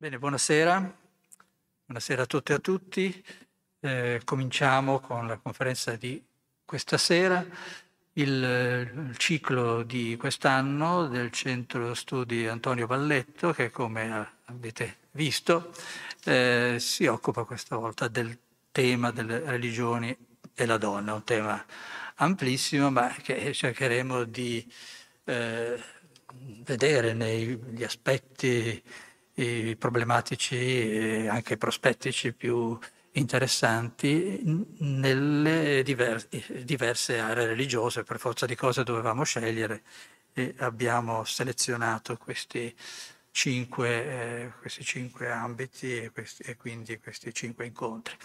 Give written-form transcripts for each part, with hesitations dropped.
Bene, buonasera. Buonasera a tutte e a tutti. Cominciamo con la conferenza di questa sera, il ciclo di quest'anno del Centro Studi Antonio Valletto, che come avete visto si occupa questa volta del tema delle religioni e la donna, un tema amplissimo, ma che cercheremo di vedere negli aspetti problematici e anche prospettici più interessanti nelle diverse aree religiose. Per forza di cose dovevamo scegliere e abbiamo selezionato questi cinque ambiti e quindi questi 5 incontri.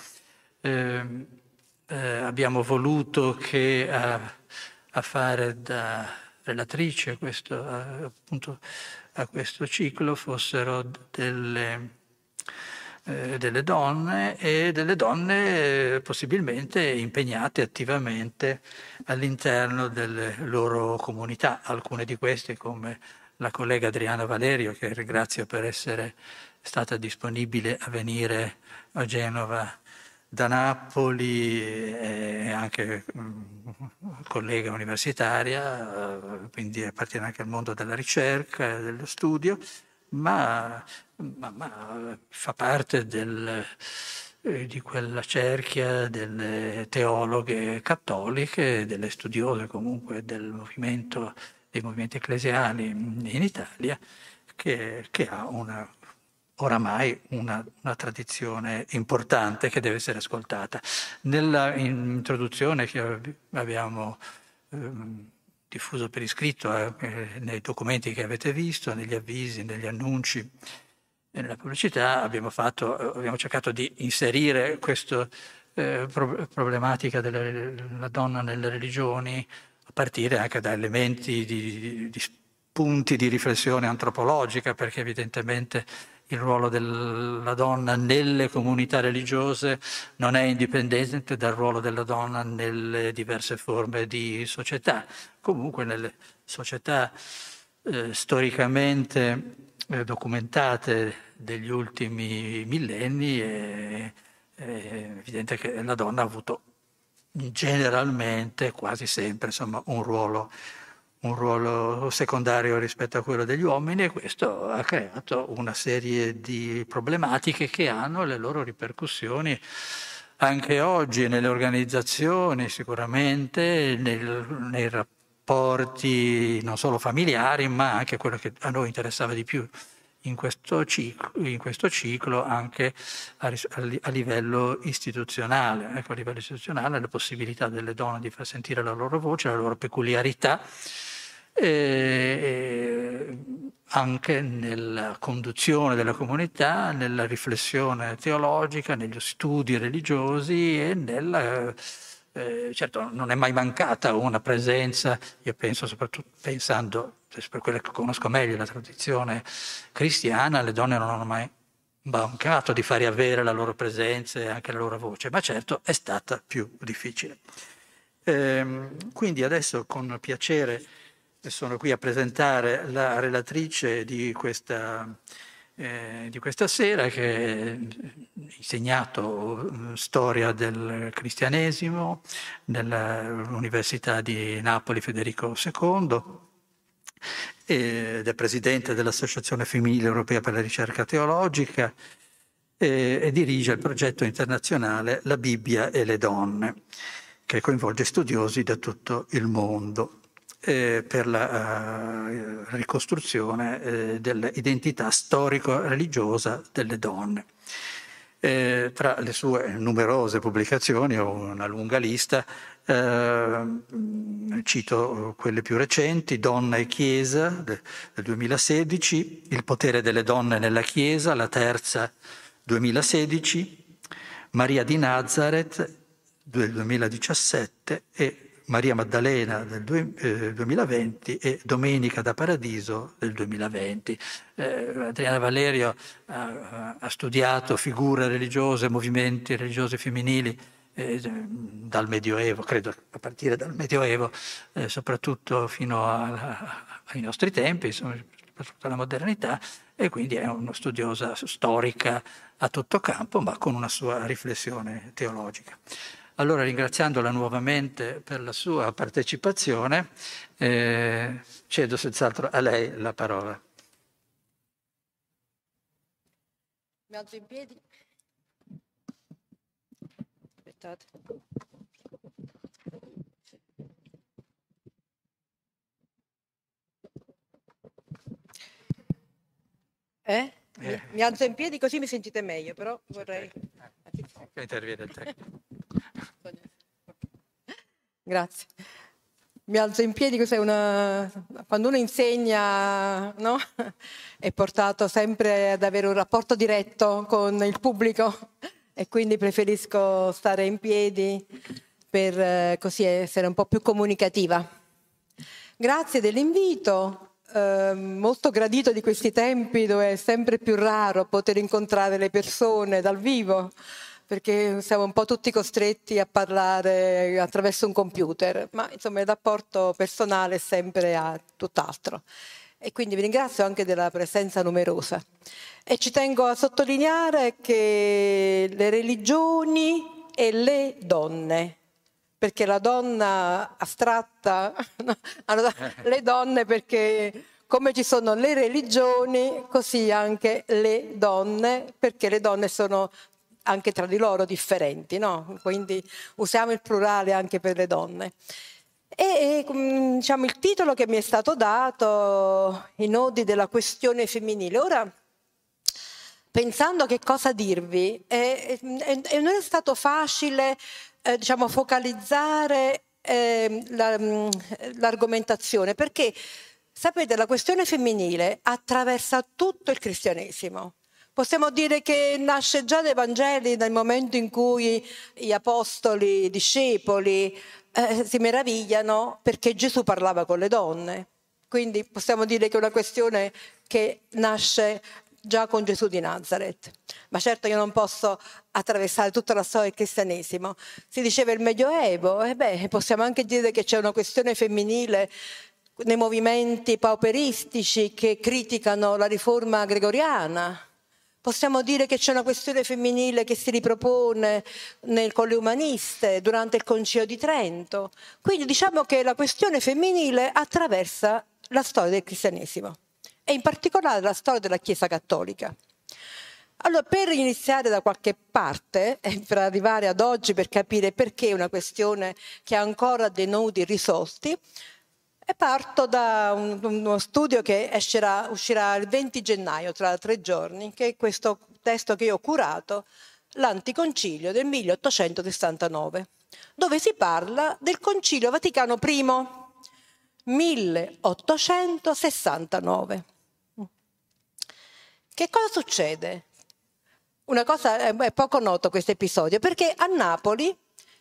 Abbiamo voluto che a fare da relatrice appunto a questo ciclo fossero delle donne e delle donne possibilmente impegnate attivamente all'interno delle loro comunità. Alcune di queste, come la collega Adriana Valerio, che ringrazio per essere stata disponibile a venire a Genova da Napoli, e anche collega universitaria, quindi appartiene anche al mondo della ricerca e dello studio, ma fa parte di quella cerchia delle teologhe cattoliche, delle studiose comunque dei movimenti ecclesiali in Italia, che ha oramai una tradizione importante che deve essere ascoltata. Nella introduzione che abbiamo diffuso per iscritto nei documenti che avete visto, negli avvisi, negli annunci e nella pubblicità, abbiamo cercato di inserire questa problematica della donna nelle religioni a partire anche da elementi di spunti di riflessione antropologica, perché evidentemente il ruolo della donna nelle comunità religiose non è indipendente dal ruolo della donna nelle diverse forme di società. Comunque nelle società storicamente documentate degli ultimi millenni è evidente che la donna ha avuto generalmente, quasi sempre, insomma, un ruolo secondario rispetto a quello degli uomini, e questo ha creato una serie di problematiche che hanno le loro ripercussioni anche oggi nelle organizzazioni, sicuramente nei rapporti non solo familiari, ma anche quello che a noi interessava di più in questo ciclo anche a livello istituzionale. Ecco, a livello istituzionale la possibilità delle donne di far sentire la loro voce, la loro peculiarità, anche nella conduzione della comunità, nella riflessione teologica, negli studi religiosi e certo non è mai mancata una presenza, io penso soprattutto pensando, per quelle che conosco meglio, la tradizione cristiana, le donne non hanno mai mancato di fare avere la loro presenza e anche la loro voce, ma certo è stata più difficile. Quindi adesso con piacere sono qui a presentare la relatrice di questa sera, che ha insegnato storia del cristianesimo nell'Università di Napoli Federico II ed è presidente dell'Associazione Femminile Europea per la Ricerca Teologica e dirige il progetto internazionale La Bibbia e le donne, che coinvolge studiosi da tutto il mondo per la ricostruzione dell'identità storico-religiosa delle donne. Tra le sue numerose pubblicazioni, ho una lunga lista, cito quelle più recenti: Donna e Chiesa del 2016, Il potere delle donne nella Chiesa, la terza 2016, Maria di Nazareth del 2017 e Maria Maddalena del 2020 e Domenica da Paradiso del 2020. Adriana Valerio ha studiato figure religiose, movimenti religiosi femminili dal Medioevo, credo a partire dal Medioevo, soprattutto fino ai nostri tempi, insomma, tutta la modernità, e quindi è una studiosa storica a tutto campo, ma con una sua riflessione teologica. Allora, ringraziandola nuovamente per la sua partecipazione, cedo senz'altro a lei la parola. Mi alzo in piedi. Aspettate. Mi alzo in piedi così mi sentite meglio, però vorrei... Interviene il tecnico. Grazie. Mi alzo in piedi, questa è una... Quando uno insegna, no? È portato sempre ad avere un rapporto diretto con il pubblico e quindi preferisco stare in piedi per così essere un po' più comunicativa. Grazie dell'invito. Molto gradito di questi tempi dove è sempre più raro poter incontrare le persone dal vivo, perché siamo un po' tutti costretti a parlare attraverso un computer, ma insomma il rapporto personale è sempre a tutt'altro. E quindi vi ringrazio anche della presenza numerosa. E ci tengo a sottolineare che le religioni e le donne, perché la donna astratta, le donne perché come ci sono le religioni, così anche le donne, perché le donne sono anche tra di loro differenti, no? Quindi usiamo il plurale anche per le donne. E diciamo, il titolo che mi è stato dato, i nodi della questione femminile. Ora, pensando che cosa dirvi, non è stato facile diciamo, focalizzare l'argomentazione, perché sapete, la questione femminile attraversa tutto il cristianesimo. Possiamo dire che nasce già dai Vangeli, nel momento in cui gli apostoli, i discepoli si meravigliano perché Gesù parlava con le donne. Quindi possiamo dire che è una questione che nasce già con Gesù di Nazareth. Ma certo io non posso attraversare tutta la storia del cristianesimo. Si diceva il Medioevo, possiamo anche dire che c'è una questione femminile nei movimenti pauperistici che criticano la riforma gregoriana. Possiamo dire che c'è una questione femminile che si ripropone con le umaniste durante il Concilio di Trento. Quindi diciamo che la questione femminile attraversa la storia del cristianesimo e in particolare la storia della Chiesa cattolica. Allora, per iniziare da qualche parte, per arrivare ad oggi, per capire perché è una questione che ha ancora dei nodi irrisolti, e parto da uno studio che uscirà il 20 gennaio, tra 3 giorni, che è questo testo che io ho curato, l'Anticoncilio del 1869, dove si parla del Concilio Vaticano I, 1869. Che cosa succede? Una cosa è poco noto questo episodio, perché a Napoli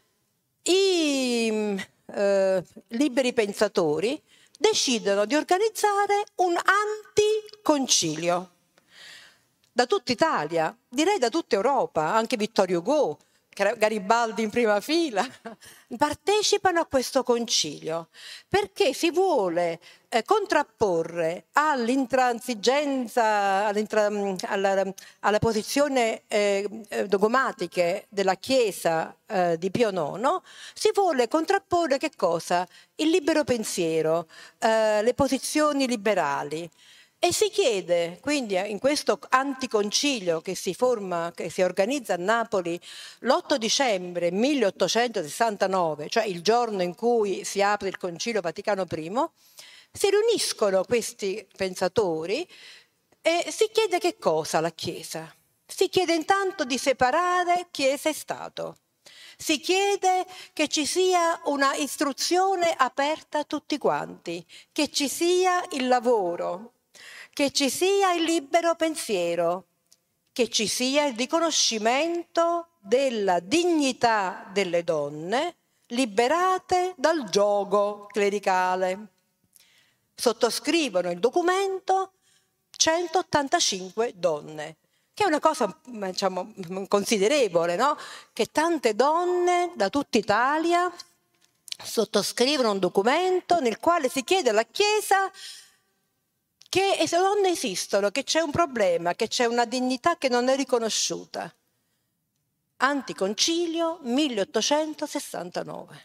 i liberi pensatori decidono di organizzare un anticoncilio da tutta Italia, direi da tutta Europa, anche Vittorio Hugo, Garibaldi in prima fila, partecipano a questo concilio perché si vuole contrapporre all'intransigenza, alla posizione dogmatiche della Chiesa di Pio IX, si vuole contrapporre che cosa? Il libero pensiero, le posizioni liberali. E si chiede, quindi in questo anticoncilio che si organizza a Napoli l'8 dicembre 1869, cioè il giorno in cui si apre il Concilio Vaticano I, si riuniscono questi pensatori e si chiede che cosa alla Chiesa? Si chiede intanto di separare Chiesa e Stato. Si chiede che ci sia una istruzione aperta a tutti quanti, che ci sia il lavoro, che ci sia il libero pensiero, che ci sia il riconoscimento della dignità delle donne liberate dal giogo clericale. Sottoscrivono il documento 185 donne, che è una cosa, diciamo, considerevole, no? Che tante donne da tutta Italia sottoscrivono un documento nel quale si chiede alla Chiesa che le donne esistono, che c'è un problema, che c'è una dignità che non è riconosciuta. Anticoncilio 1869.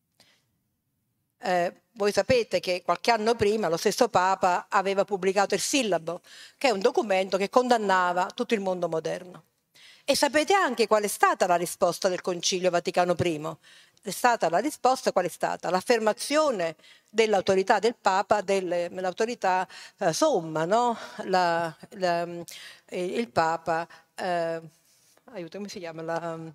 Voi sapete che qualche anno prima lo stesso Papa aveva pubblicato il Sillabo, che è un documento che condannava tutto il mondo moderno. E sapete anche qual è stata la risposta del Concilio Vaticano I? È stata la risposta, qual è stata? L'affermazione dell'autorità del Papa, dell'autorità somma, no? Il Papa, aiuto, come si chiama?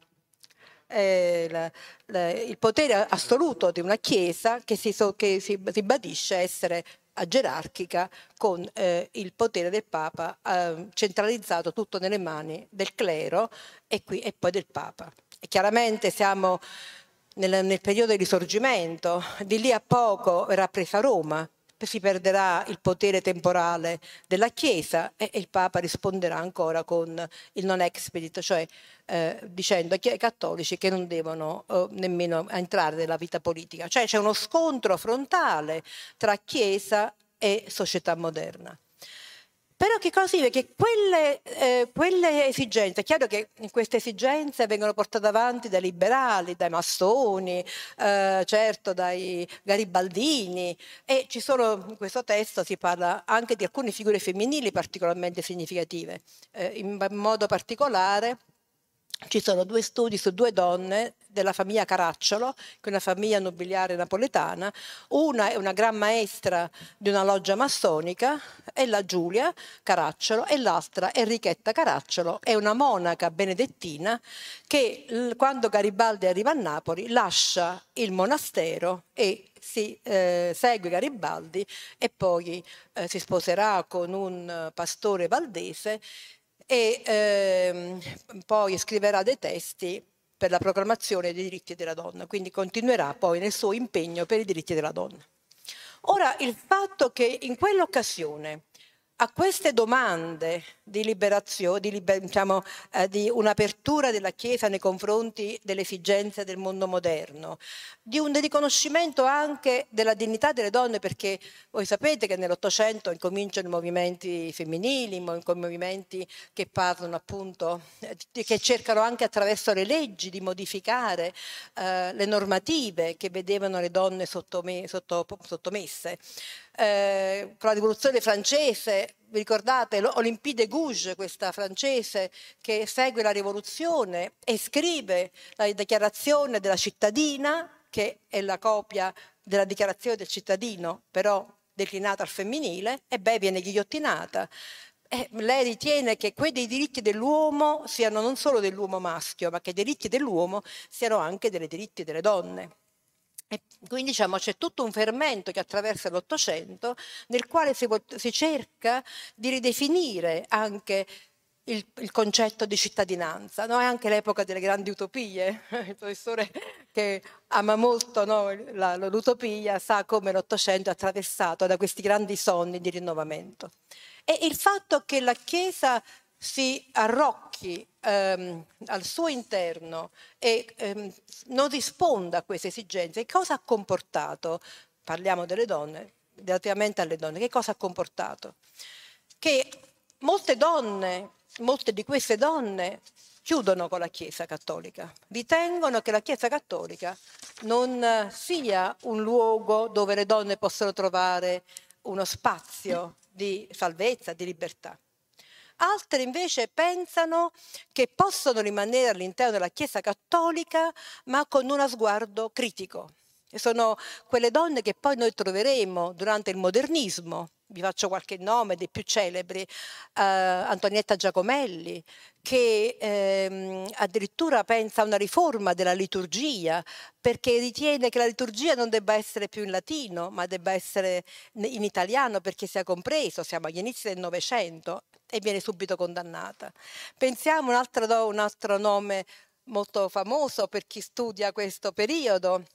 Il potere assoluto di una Chiesa che si ribadisce essere gerarchica, con il potere del Papa centralizzato tutto nelle mani del clero e poi del Papa. E chiaramente siamo nel periodo del Risorgimento, di lì a poco verrà presa Roma, si perderà il potere temporale della Chiesa e il Papa risponderà ancora con il non expedit, cioè dicendo ai cattolici che non devono nemmeno entrare nella vita politica. Cioè c'è uno scontro frontale tra Chiesa e società moderna. Però che cosa significa? Che quelle esigenze, è chiaro che queste esigenze vengono portate avanti dai liberali, dai massoni, certo dai garibaldini, e ci sono, in questo testo si parla anche di alcune figure femminili particolarmente significative. In modo particolare ci sono 2 studi su 2 donne della famiglia Caracciolo, che è una famiglia nobiliare napoletana. Una è una gran maestra di una loggia massonica, è la Giulia Caracciolo, e l'altra Enrichetta Caracciolo, è una monaca benedettina che quando Garibaldi arriva a Napoli lascia il monastero e segue Garibaldi e poi si sposerà con un pastore valdese e poi scriverà dei testi per la proclamazione dei diritti della donna, quindi continuerà poi nel suo impegno per i diritti della donna. Ora, il fatto che in quell'occasione a queste domande di liberazione, di un'apertura della Chiesa nei confronti delle esigenze del mondo moderno, di un riconoscimento anche della dignità delle donne, perché voi sapete che nell'Ottocento incominciano i movimenti femminili, movimenti che parlano appunto, che cercano anche attraverso le leggi di modificare le normative che vedevano le donne sottomesse. Con la rivoluzione francese, vi ricordate l'Olympe de Gouges, questa francese che segue la rivoluzione e scrive la dichiarazione della cittadina, che è la copia della dichiarazione del cittadino, però declinata al femminile, e viene ghigliottinata. Lei ritiene che quei diritti dell'uomo siano non solo dell'uomo maschio, ma che i diritti dell'uomo siano anche dei diritti delle donne. E quindi c'è tutto un fermento che attraversa l'Ottocento, nel quale si cerca di ridefinire anche il concetto di cittadinanza, no? È anche l'epoca delle grandi utopie. Il professore che ama molto, no, l'utopia sa come l'Ottocento è attraversato da questi grandi sogni di rinnovamento. E il fatto che la Chiesa si arrocchi al suo interno e non risponda a queste esigenze, cosa ha comportato? Parliamo delle donne, relativamente alle donne, che cosa ha comportato? Che molte di queste donne chiudono con la Chiesa cattolica, ritengono che la Chiesa cattolica non sia un luogo dove le donne possono trovare uno spazio di salvezza, di libertà. Altre invece pensano che possono rimanere all'interno della Chiesa cattolica, ma con uno sguardo critico. E sono quelle donne che poi noi troveremo durante il modernismo. Vi faccio qualche nome dei più celebri: Antonietta Giacomelli, che addirittura pensa a una riforma della liturgia, perché ritiene che la liturgia non debba essere più in latino, ma debba essere in italiano perché sia compreso. Siamo agli inizi del Novecento e viene subito condannata. Pensiamo a un altro nome molto famoso per chi studia questo periodo,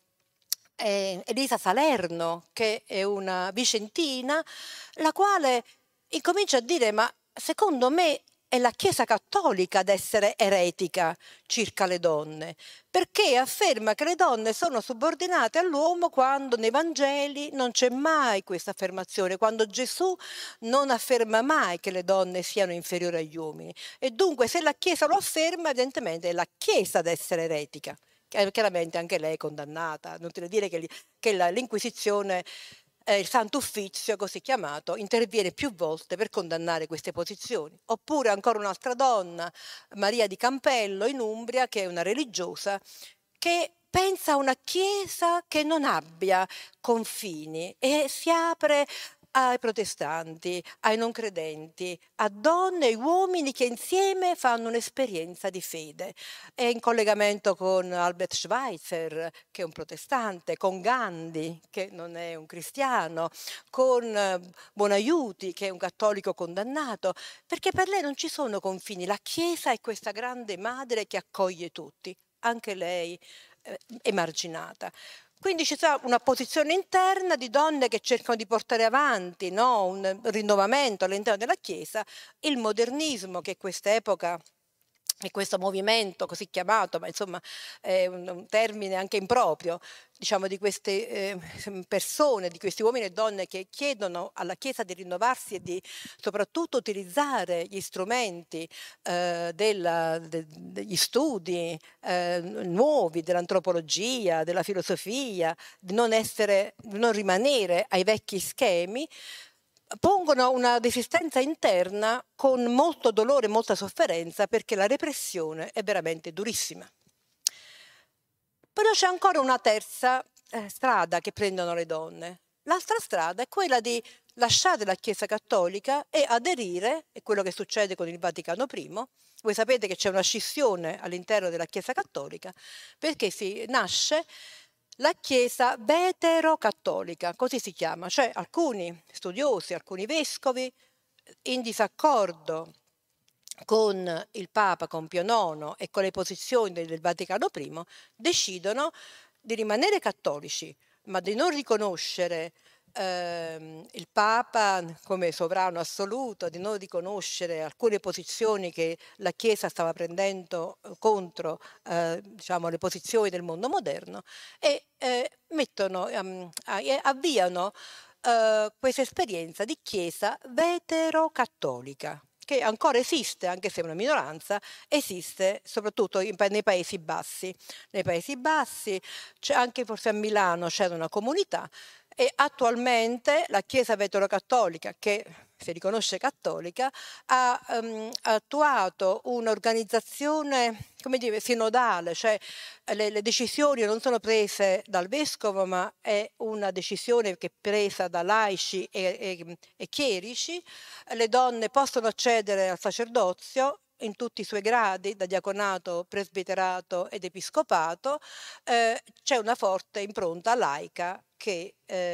Elisa Salerno, che è una vicentina, la quale incomincia a dire: ma secondo me è la Chiesa cattolica ad essere eretica circa le donne, perché afferma che le donne sono subordinate all'uomo quando nei Vangeli non c'è mai questa affermazione, quando Gesù non afferma mai che le donne siano inferiori agli uomini. E dunque se la Chiesa lo afferma, evidentemente è la Chiesa ad essere eretica. Chiaramente anche lei è condannata, non ti dire che l'Inquisizione, il Santo Uffizio, così chiamato, interviene più volte per condannare queste posizioni. Oppure ancora un'altra donna, Maria di Campello in Umbria, che è una religiosa, che pensa a una Chiesa che non abbia confini e si apre ai protestanti, ai non credenti, a donne e uomini che insieme fanno un'esperienza di fede. È in collegamento con Albert Schweitzer, che è un protestante, con Gandhi, che non è un cristiano, con Buonaiuti, che è un cattolico condannato, perché per lei non ci sono confini. La Chiesa è questa grande madre che accoglie tutti, anche lei emarginata. Quindi ci sarà una posizione interna di donne che cercano di portare avanti, no? Un rinnovamento all'interno della Chiesa, il modernismo che quest'epoca e questo movimento così chiamato, ma insomma è un termine anche improprio, diciamo, di queste persone, di questi uomini e donne che chiedono alla Chiesa di rinnovarsi e di soprattutto utilizzare gli strumenti degli studi nuovi, dell'antropologia, della filosofia, di non rimanere ai vecchi schemi, pongono una resistenza interna con molto dolore e molta sofferenza, perché la repressione è veramente durissima. Però c'è ancora una terza strada che prendono le donne. L'altra strada è quella di lasciare la Chiesa cattolica e aderire, è quello che succede con il Vaticano I. Voi sapete che c'è una scissione all'interno della Chiesa cattolica, perché si nasce la Chiesa vetero-cattolica, così si chiama, cioè alcuni studiosi, alcuni vescovi in disaccordo con il Papa, con Pio IX e con le posizioni del Vaticano I, decidono di rimanere cattolici, ma di non riconoscere il Papa come sovrano assoluto, di non riconoscere alcune posizioni che la Chiesa stava prendendo contro diciamo, le posizioni del mondo moderno, e avviano questa esperienza di Chiesa vetero-cattolica, che ancora esiste, anche se è una minoranza, esiste soprattutto nei Paesi Bassi. Nei Paesi Bassi, anche forse a Milano c'era una comunità, e attualmente la Chiesa vetero-cattolica, che si riconosce cattolica, ha attuato un'organizzazione, come dire, sinodale, cioè le decisioni non sono prese dal vescovo, ma è una decisione che è presa da laici e chierici. Le donne possono accedere al sacerdozio in tutti i suoi gradi, da diaconato, presbiterato ed episcopato. C'è una forte impronta laica che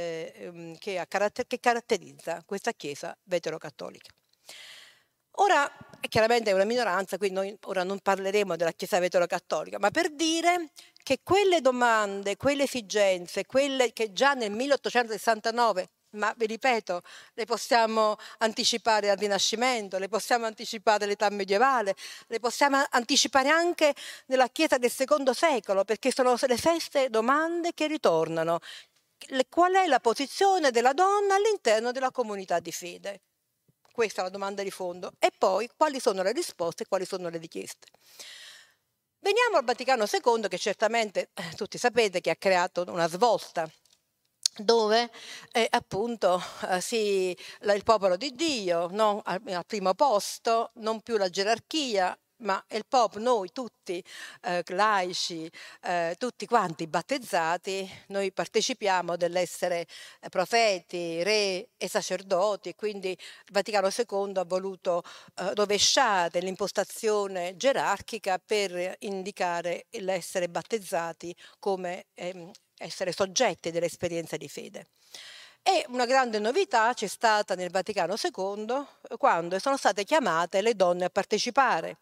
caratterizza questa Chiesa vetero-cattolica. Ora, chiaramente è una minoranza, quindi noi ora non parleremo della Chiesa vetero-cattolica, ma per dire che quelle domande, quelle esigenze, quelle che già nel 1869, ma vi ripeto, le possiamo anticipare al Rinascimento, le possiamo anticipare all'età medievale, le possiamo anticipare anche nella Chiesa del secondo secolo, perché sono le stesse domande che ritornano. Qual è la posizione della donna all'interno della comunità di fede? Questa è la domanda di fondo. E poi quali sono le risposte e quali sono le richieste? Veniamo al Vaticano II, che certamente tutti sapete che ha creato una svolta, dove appunto il popolo di Dio, no? Al primo posto, non più la gerarchia, ma il popolo, noi tutti laici, tutti quanti battezzati, noi partecipiamo dell'essere profeti, re e sacerdoti, e quindi il Vaticano II ha voluto rovesciare l'impostazione gerarchica per indicare l'essere battezzati come essere soggetti dell'esperienza di fede. E una grande novità c'è stata nel Vaticano II quando sono state chiamate le donne a partecipare.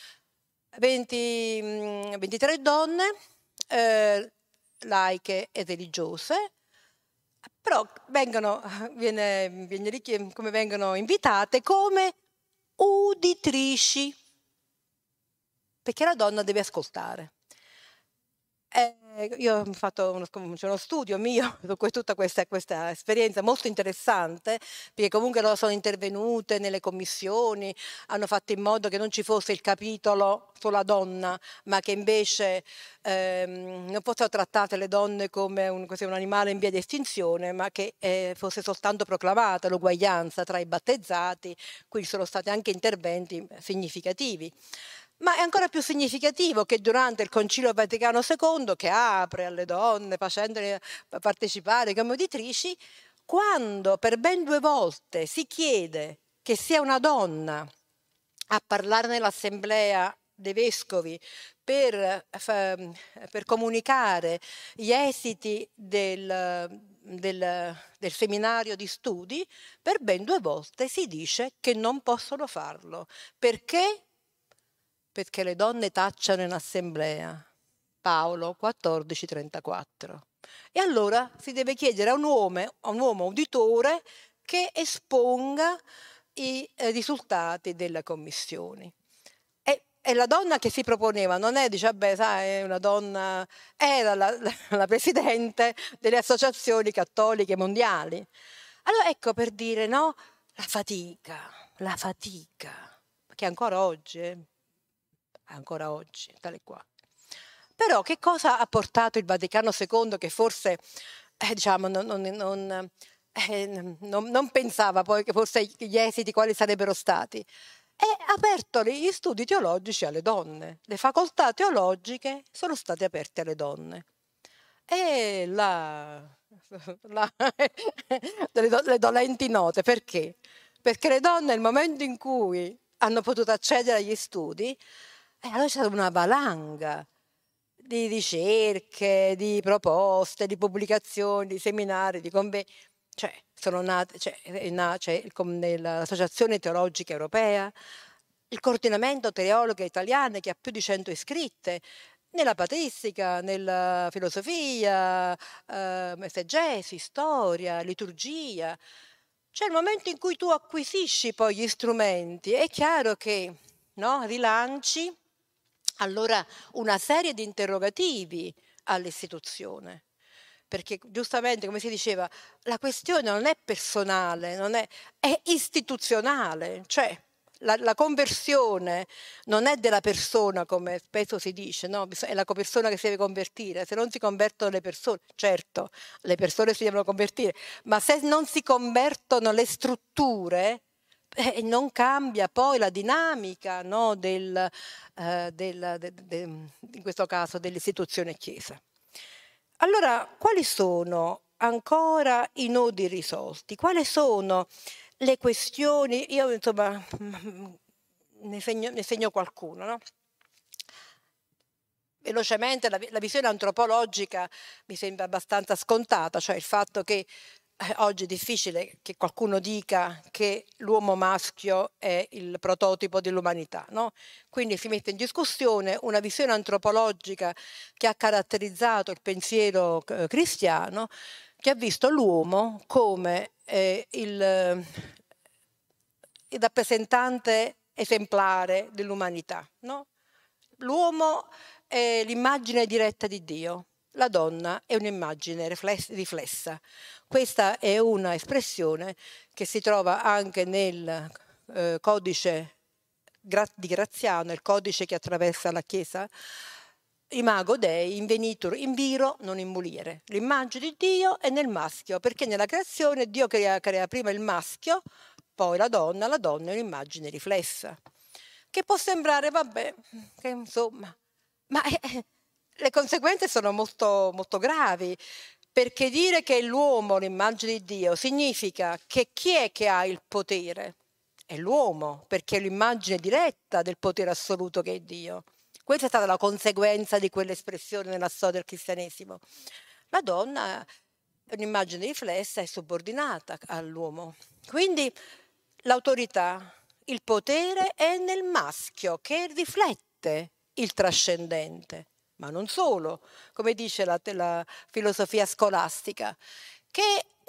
23 donne laiche e religiose, però vengono invitate come uditrici, perché la donna deve ascoltare. Io ho fatto uno studio mio su tutta questa esperienza molto interessante, perché comunque loro sono intervenute nelle commissioni, hanno fatto in modo che non ci fosse il capitolo sulla donna, ma che invece non fossero trattate le donne come un animale in via di estinzione, ma che fosse soltanto proclamata l'uguaglianza tra i battezzati. Qui sono stati anche interventi significativi. Ma è ancora più significativo che durante il Concilio Vaticano II, che apre alle donne facendole partecipare come uditrici, quando per ben 2 volte si chiede che sia una donna a parlare nell'assemblea dei vescovi per comunicare gli esiti del seminario di studi, per ben 2 volte si dice che non possono farlo. Perché? Perché le donne tacciano in assemblea. Paolo 14,34. E allora si deve chiedere a un uomo uditore che esponga i risultati delle commissioni. E la donna che si proponeva non è, dice, vabbè, sai, una donna, era la presidente delle associazioni cattoliche mondiali. Allora ecco per dire, no, la fatica, che ancora oggi, tale qua. Però che cosa ha portato il Vaticano II, che forse diciamo, non pensava poi che forse gli esiti quali sarebbero stati? Ha aperto gli studi teologici alle donne. Le facoltà teologiche sono state aperte alle donne. E le dolenti note, perché? Perché le donne nel momento in cui hanno potuto accedere agli studi, allora c'è stata una valanga di ricerche, di proposte, di pubblicazioni, di seminari, di convegni. Cioè, sono nate, l'Associazione Teologica Europea, il Coordinamento Teologiche Italiane, che ha più di 100 iscritte, nella patristica, nella filosofia, esegesi, storia, liturgia. Cioè, il momento in cui tu acquisisci poi gli strumenti, è chiaro che, no, rilanci allora una serie di interrogativi all'istituzione. Perché giustamente, come si diceva, la questione non è personale, è istituzionale, cioè la conversione non è della persona, come spesso si dice, no? È la persona che si deve convertire. Se non si convertono le persone, certo, le persone si devono convertire, ma se non si convertono le strutture, non cambia poi la dinamica, no, in questo caso dell'istituzione Chiesa. Allora, quali sono ancora i nodi irrisolti? Quali sono le questioni? Io insomma ne segno qualcuno, no? Velocemente la visione antropologica mi sembra abbastanza scontata, cioè il fatto che oggi è difficile che qualcuno dica che l'uomo maschio è il prototipo dell'umanità, no? Quindi si mette in discussione una visione antropologica che ha caratterizzato il pensiero cristiano, che ha visto l'uomo come il rappresentante esemplare dell'umanità, no? L'uomo è l'immagine diretta di Dio, la donna è un'immagine riflessa. Questa è una espressione che si trova anche nel codice di Graziano, il codice che attraversa la Chiesa. Imago Dei, invenitur in viro, non in muliere. L'immagine di Dio è nel maschio, perché nella creazione Dio crea prima il maschio, poi la donna è un'immagine riflessa. Che può sembrare, vabbè, che insomma, ma le conseguenze sono molto, molto gravi, perché dire che l'uomo è l'immagine di Dio significa che chi è che ha il potere? È l'uomo, perché è l'immagine diretta del potere assoluto che è Dio. Questa è stata la conseguenza di quell'espressione nella storia del cristianesimo. La donna è un'immagine riflessa e subordinata all'uomo. Quindi l'autorità, il potere è nel maschio che riflette il trascendente, ma non solo, come dice la filosofia scolastica, che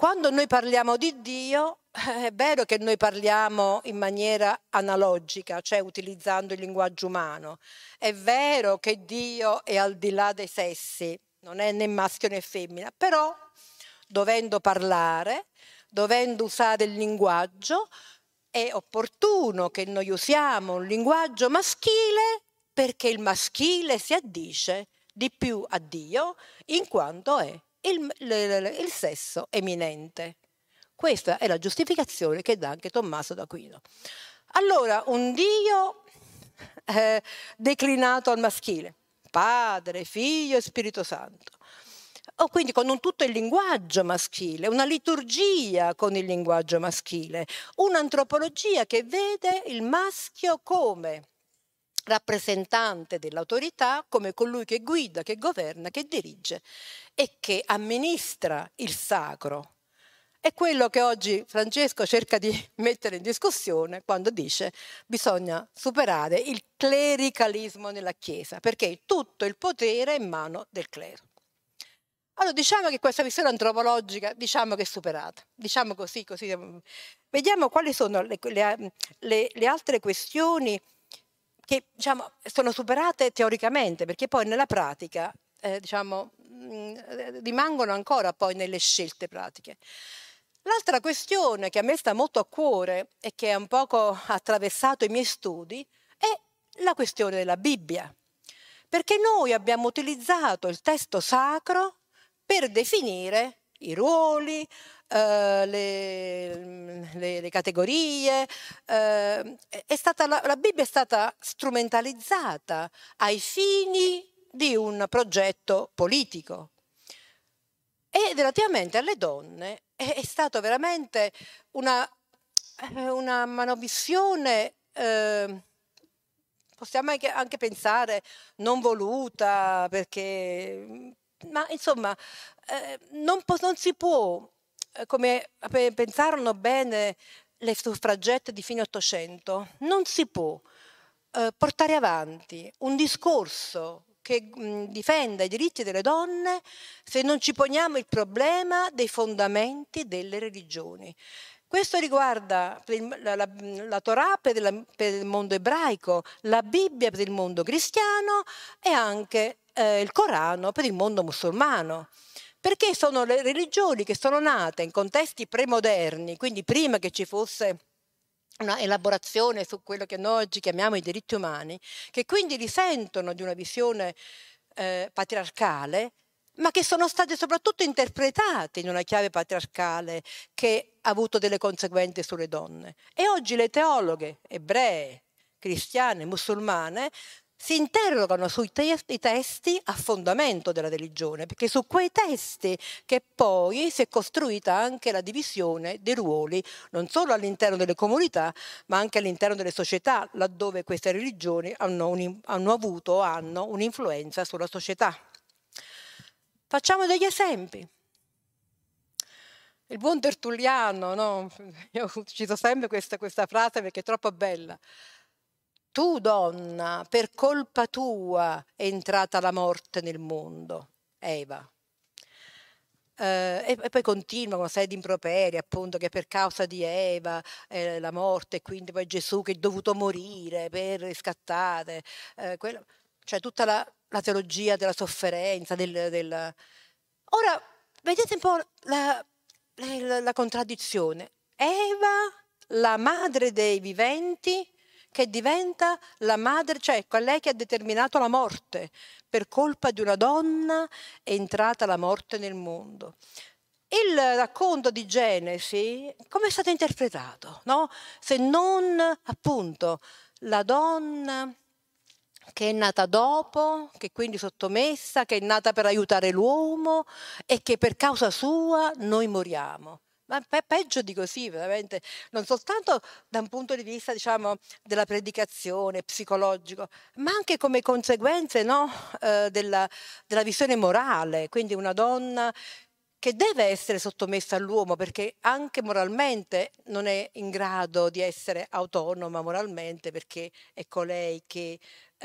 quando noi parliamo di Dio, è vero che noi parliamo in maniera analogica, cioè utilizzando il linguaggio umano. È vero che Dio è al di là dei sessi, non è né maschio né femmina, però dovendo parlare, dovendo usare il linguaggio, è opportuno che noi usiamo un linguaggio maschile perché il maschile si addice di più a Dio in quanto è il sesso eminente. Questa è la giustificazione che dà anche Tommaso d'Aquino. Allora, un Dio declinato al maschile, Padre, Figlio e Spirito Santo, o quindi con tutto il linguaggio maschile, una liturgia con il linguaggio maschile, un'antropologia che vede il maschio come rappresentante dell'autorità, come colui che guida, che governa, che dirige e che amministra il sacro. È quello che oggi Francesco cerca di mettere in discussione quando dice bisogna superare il clericalismo nella Chiesa, perché tutto il potere è in mano del clero. Allora diciamo che questa visione antropologica diciamo che è superata, diciamo così. Vediamo quali sono le altre questioni che diciamo, sono superate teoricamente, perché poi nella pratica rimangono ancora poi nelle scelte pratiche. L'altra questione che a me sta molto a cuore e che ha un poco attraversato i miei studi è la questione della Bibbia, perché noi abbiamo utilizzato il testo sacro per definire i ruoli, le categorie. La Bibbia è stata strumentalizzata ai fini di un progetto politico. E relativamente alle donne è stato veramente una manomissione, possiamo anche pensare non voluta, perché, ma insomma non si può, come pensarono bene le suffragette di fine Ottocento, non si può portare avanti un discorso che difenda i diritti delle donne se non ci poniamo il problema dei fondamenti delle religioni. Questo riguarda la Torah per il mondo ebraico, la Bibbia per il mondo cristiano e anche il Corano per il mondo musulmano. Perché sono le religioni che sono nate in contesti premoderni, quindi prima che ci fosse una elaborazione su quello che noi oggi chiamiamo i diritti umani, che quindi risentono di una visione patriarcale, ma che sono state soprattutto interpretate in una chiave patriarcale che ha avuto delle conseguenze sulle donne. E oggi le teologhe ebree, cristiane, musulmane si interrogano sui testi a fondamento della religione, perché su quei testi che poi si è costruita anche la divisione dei ruoli, non solo all'interno delle comunità, ma anche all'interno delle società, laddove queste religioni hanno avuto o hanno un'influenza sulla società. Facciamo degli esempi. Il buon Tertulliano, no? Io cito sempre questa frase perché è troppo bella. Tu, donna, per colpa tua è entrata la morte nel mondo, Eva. E poi continua con una serie di improperi, appunto, che per causa di Eva la morte, e quindi poi Gesù che è dovuto morire per riscattare, cioè tutta la teologia della sofferenza. Ora, vedete un po' la contraddizione. Eva, la madre dei viventi, che diventa la madre, cioè colei che ha determinato la morte. Per colpa di una donna è entrata la morte nel mondo. Il racconto di Genesi, come è stato interpretato? No? Se non appunto la donna che è nata dopo, che quindi sottomessa, che è nata per aiutare l'uomo e che per causa sua noi moriamo. Ma peggio di così, veramente, non soltanto da un punto di vista, diciamo, della predicazione psicologico, ma anche come conseguenze, no? della visione morale. Quindi una donna che deve essere sottomessa all'uomo perché anche moralmente non è in grado di essere autonoma moralmente, perché è colei che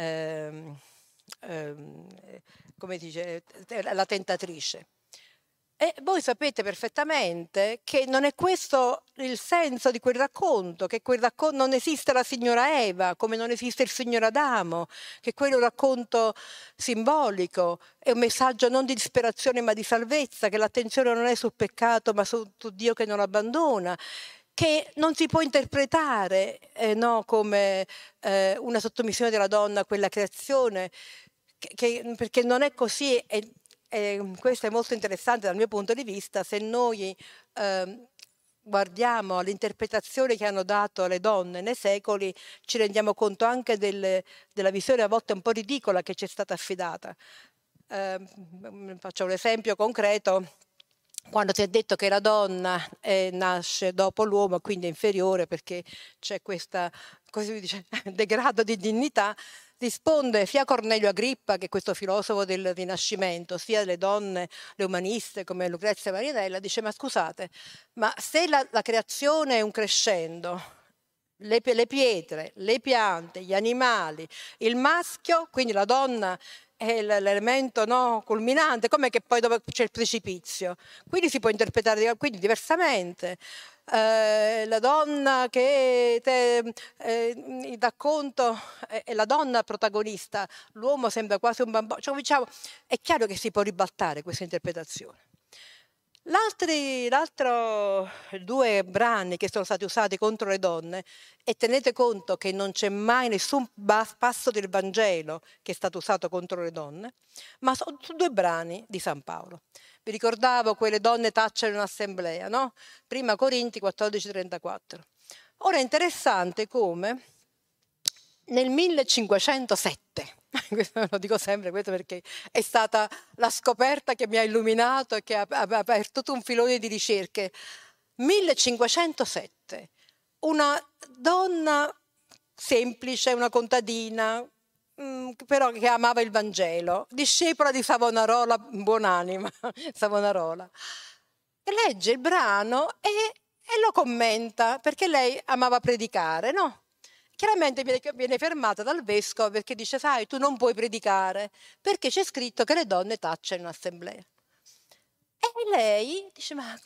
come dice, la tentatrice. E voi sapete perfettamente che non è questo il senso di quel racconto, che quel racconto non esiste la signora Eva, come non esiste il signor Adamo, che quello è un racconto simbolico, è un messaggio non di disperazione ma di salvezza, che l'attenzione non è sul peccato ma su Dio che non abbandona, che non si può interpretare no, come una sottomissione della donna a quella creazione, perché non è così. E questo è molto interessante dal mio punto di vista. Se noi guardiamo all'interpretazione che hanno dato le donne nei secoli, ci rendiamo conto anche della visione a volte un po' ridicola che ci è stata affidata. Faccio un esempio concreto. Quando si è detto che la donna nasce dopo l'uomo, quindi è inferiore perché c'è questo, così si dice, degrado di dignità, risponde sia Cornelio Agrippa, che è questo filosofo del Rinascimento, sia le donne, le umaniste come Lucrezia Marinella, dice: ma scusate, ma se la creazione è un crescendo, le pietre, le piante, gli animali, il maschio, quindi la donna è l'elemento no, culminante, com'è che poi dopo c'è il precipizio? Quindi si può interpretare quindi diversamente. La donna che dà conto è la donna protagonista, l'uomo sembra quasi un bambino, cioè, diciamo, è chiaro che si può ribaltare questa interpretazione. L'altro due brani che sono stati usati contro le donne, e tenete conto che non c'è mai nessun passo del Vangelo che è stato usato contro le donne, ma sono due brani di San Paolo. Vi ricordavo quelle donne tacciano in un'assemblea, no? Prima Corinti 14:34. Ora è interessante come nel 1507, questo lo dico sempre, questo perché è stata la scoperta che mi ha illuminato e che ha aperto tutto un filone di ricerche. 1507, una donna semplice, una contadina, però che amava il Vangelo, discepola di Savonarola, buonanima, Savonarola, legge il brano e lo commenta, perché lei amava predicare, no? Chiaramente viene fermata dal vescovo perché dice: sai, tu non puoi predicare perché c'è scritto che le donne tacciano in assemblea. E lei dice: ma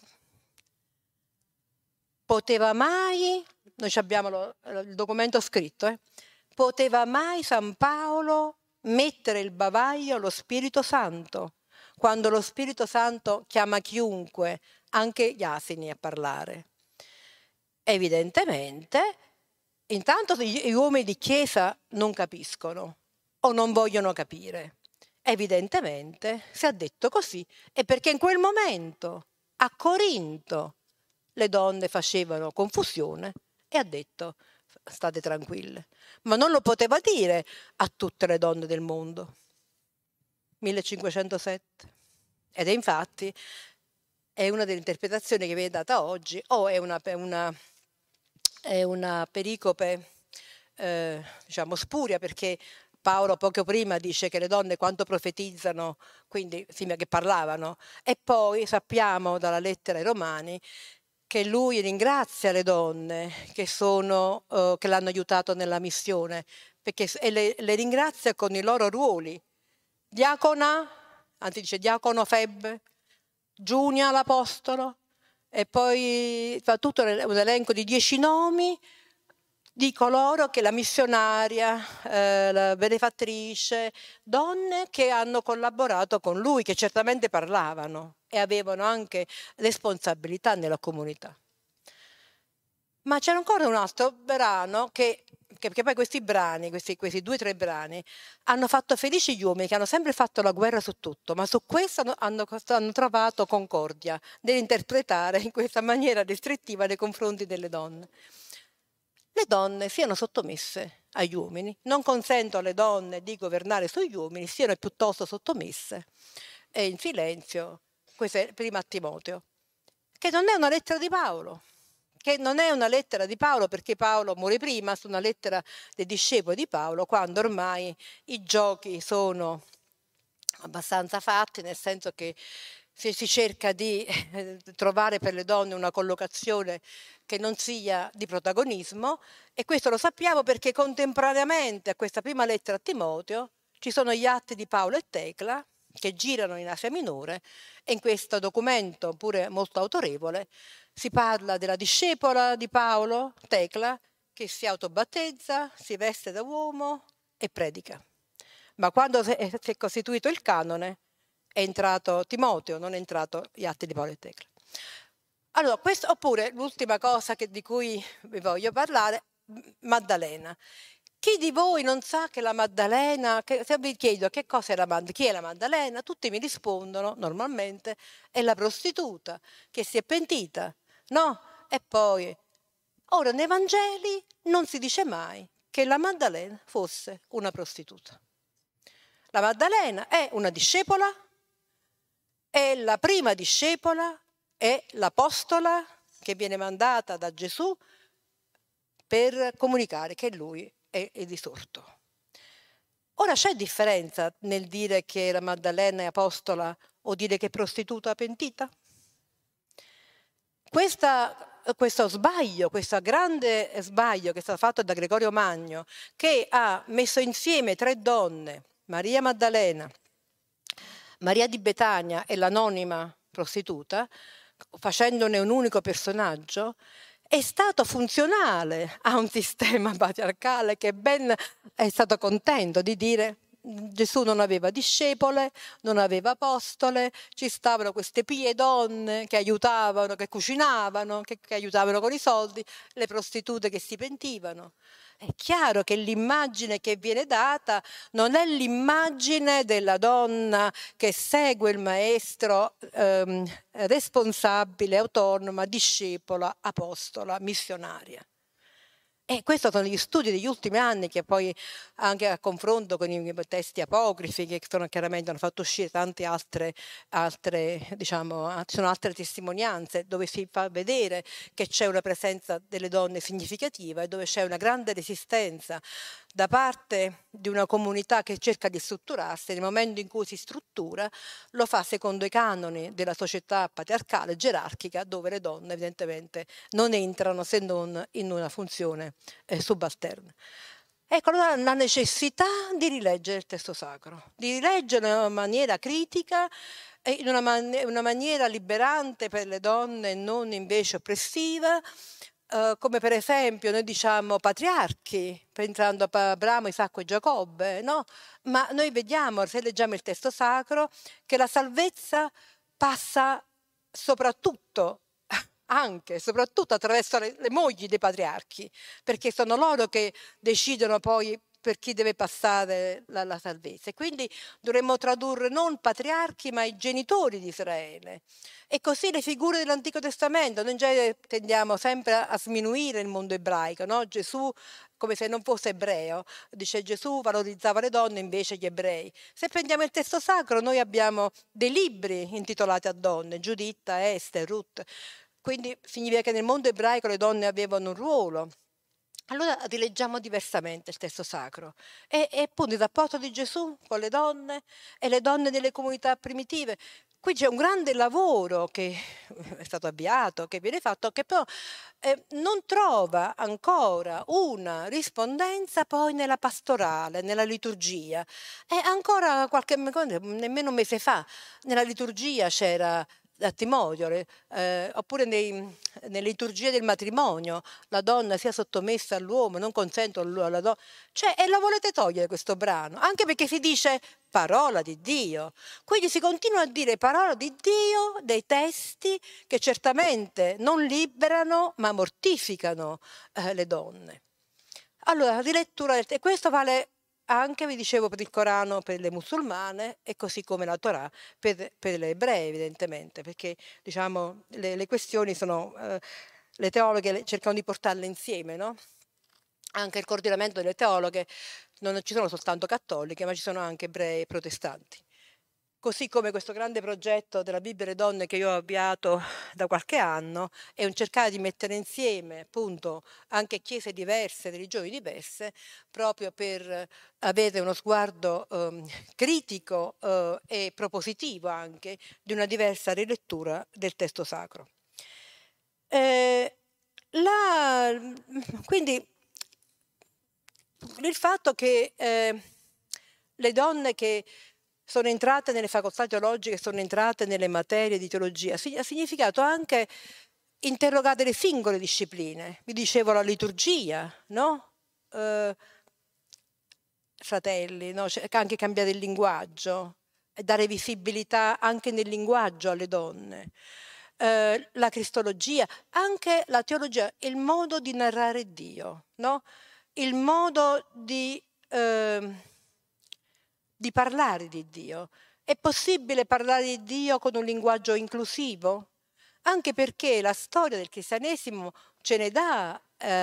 poteva mai, noi abbiamo il documento scritto, poteva mai San Paolo mettere il bavaglio allo Spirito Santo, quando lo Spirito Santo chiama chiunque, anche gli asini, a parlare? Evidentemente, intanto gli uomini di chiesa non capiscono o non vogliono capire. Evidentemente, se ha detto così, è perché in quel momento a Corinto le donne facevano confusione e ha detto: state tranquille. Ma non lo poteva dire a tutte le donne del mondo. 1507. Ed è infatti è una delle interpretazioni che viene data oggi, o è una pericope diciamo spuria, perché Paolo poco prima dice che le donne quanto profetizzano, quindi significa che parlavano, e poi sappiamo dalla lettera ai Romani che lui ringrazia le donne che l'hanno aiutato nella missione, e le ringrazia con i loro ruoli. Diacona, anzi dice diacono Febbe, Giunia l'apostolo, e poi fa tutto un elenco di 10 nomi di coloro che la missionaria, la benefattrice, donne che hanno collaborato con lui, che certamente parlavano e avevano anche responsabilità nella comunità. Ma c'era ancora un altro brano che poi questi brani, questi 2 o 3 brani, hanno fatto felici gli uomini che hanno sempre fatto la guerra su tutto, ma su questo hanno trovato concordia nell'interpretare in questa maniera restrittiva nei confronti delle donne. Le donne siano sottomesse agli uomini, non consento alle donne di governare sugli uomini, siano piuttosto sottomesse e in silenzio. Questo è prima a Timoteo, che non è una lettera di Paolo, perché Paolo muore prima, su una lettera dei discepoli di Paolo, quando ormai i giochi sono abbastanza fatti, nel senso che si cerca di trovare per le donne una collocazione che non sia di protagonismo, e questo lo sappiamo perché contemporaneamente a questa prima lettera a Timoteo ci sono gli atti di Paolo e Tecla, che girano in Asia Minore, e in questo documento, pure molto autorevole, si parla della discepola di Paolo, Tecla, che si autobattezza, si veste da uomo e predica. Ma quando si è costituito il canone è entrato Timoteo, non è entrato gli Atti di Paolo e Tecla. Allora, questo, oppure l'ultima cosa di cui vi voglio parlare, Maddalena. Chi di voi non sa che la Maddalena, se vi chiedo che cosa è chi è la Maddalena, tutti mi rispondono normalmente è la prostituta che si è pentita, no? E poi, ora nei Vangeli non si dice mai che la Maddalena fosse una prostituta. La Maddalena è una discepola, è la prima discepola, è l'apostola che viene mandata da Gesù per comunicare che lui è risorto. Ora c'è differenza nel dire che la Maddalena è apostola o dire che è prostituta pentita? Questo sbaglio, questo grande sbaglio che è stato fatto da Gregorio Magno, che ha messo insieme tre donne, Maria Maddalena, Maria di Betania e l'anonima prostituta, facendone un unico personaggio, è stato funzionale a un sistema patriarcale che ben è stato contento di dire Gesù non aveva discepole, non aveva apostole, ci stavano queste pie donne che aiutavano, che cucinavano, che aiutavano con i soldi, le prostitute che si pentivano. È chiaro che l'immagine che viene data non è l'immagine della donna che segue il maestro, responsabile, autonoma, discepola, apostola, missionaria. E questi sono gli studi degli ultimi anni, che poi anche a confronto con i testi apocrifi, che chiaramente hanno fatto uscire tante altre diciamo, ci sono altre testimonianze dove si fa vedere che c'è una presenza delle donne significativa e dove c'è una grande resistenza da parte di una comunità che cerca di strutturarsi. Nel momento in cui si struttura lo fa secondo i canoni della società patriarcale gerarchica, dove le donne evidentemente non entrano se non in una funzione subalterna. Ecco allora la necessità di rileggere il testo sacro, di rileggere in una maniera critica, in una maniera liberante per le donne e non invece oppressiva, come per esempio noi diciamo patriarchi, pensando a Abramo, Isacco e Giacobbe, no? Ma noi vediamo, se leggiamo il testo sacro, che la salvezza passa soprattutto attraverso le mogli dei patriarchi, perché sono loro che decidono poi per chi deve passare la salvezza. E quindi dovremmo tradurre non patriarchi, ma i genitori di Israele. E così le figure dell'Antico Testamento. Noi in genere tendiamo sempre a sminuire il mondo ebraico, no? Gesù, come se non fosse ebreo, dice Gesù valorizzava le donne, invece gli ebrei. Se prendiamo il testo sacro, noi abbiamo dei libri intitolati a donne, Giuditta, Ester, Ruth. Quindi significa che nel mondo ebraico le donne avevano un ruolo. Allora rileggiamo diversamente il testo sacro e appunto il rapporto di Gesù con le donne e le donne delle comunità primitive. Qui c'è un grande lavoro che è stato avviato, che viene fatto, che però non trova ancora una rispondenza poi nella pastorale, nella liturgia. E ancora nemmeno un mese fa, nella liturgia c'era a Timoteo, oppure nelle liturgie del matrimonio, la donna sia sottomessa all'uomo, non consento alla donna. Cioè, e la volete togliere questo brano? Anche perché si dice parola di Dio. Quindi si continua a dire parola di Dio, dei testi che certamente non liberano, ma mortificano le donne. Allora, rilettura e questo vale anche, vi dicevo, per il Corano, per le musulmane, e così come la Torah per le ebree, evidentemente, perché diciamo le questioni sono, le teologhe cercano di portarle insieme, no? Anche il coordinamento delle teologhe, non ci sono soltanto cattoliche, ma ci sono anche ebrei e protestanti. Così come questo grande progetto della Bibbia e le donne che io ho avviato da qualche anno è un cercare di mettere insieme appunto anche chiese diverse, religioni diverse, proprio per avere uno sguardo critico e propositivo anche di una diversa rilettura del testo sacro. Quindi il fatto che le donne che sono entrate nelle facoltà teologiche, sono entrate nelle materie di teologia, ha significato anche interrogare le singole discipline. Vi dicevo la liturgia, no? Fratelli, no? Cioè, anche cambiare il linguaggio, dare visibilità anche nel linguaggio alle donne. La cristologia, anche la teologia, il modo di narrare Dio, no? Il modo di parlare di Dio. È possibile parlare di Dio con un linguaggio inclusivo? Anche perché la storia del cristianesimo ce ne dà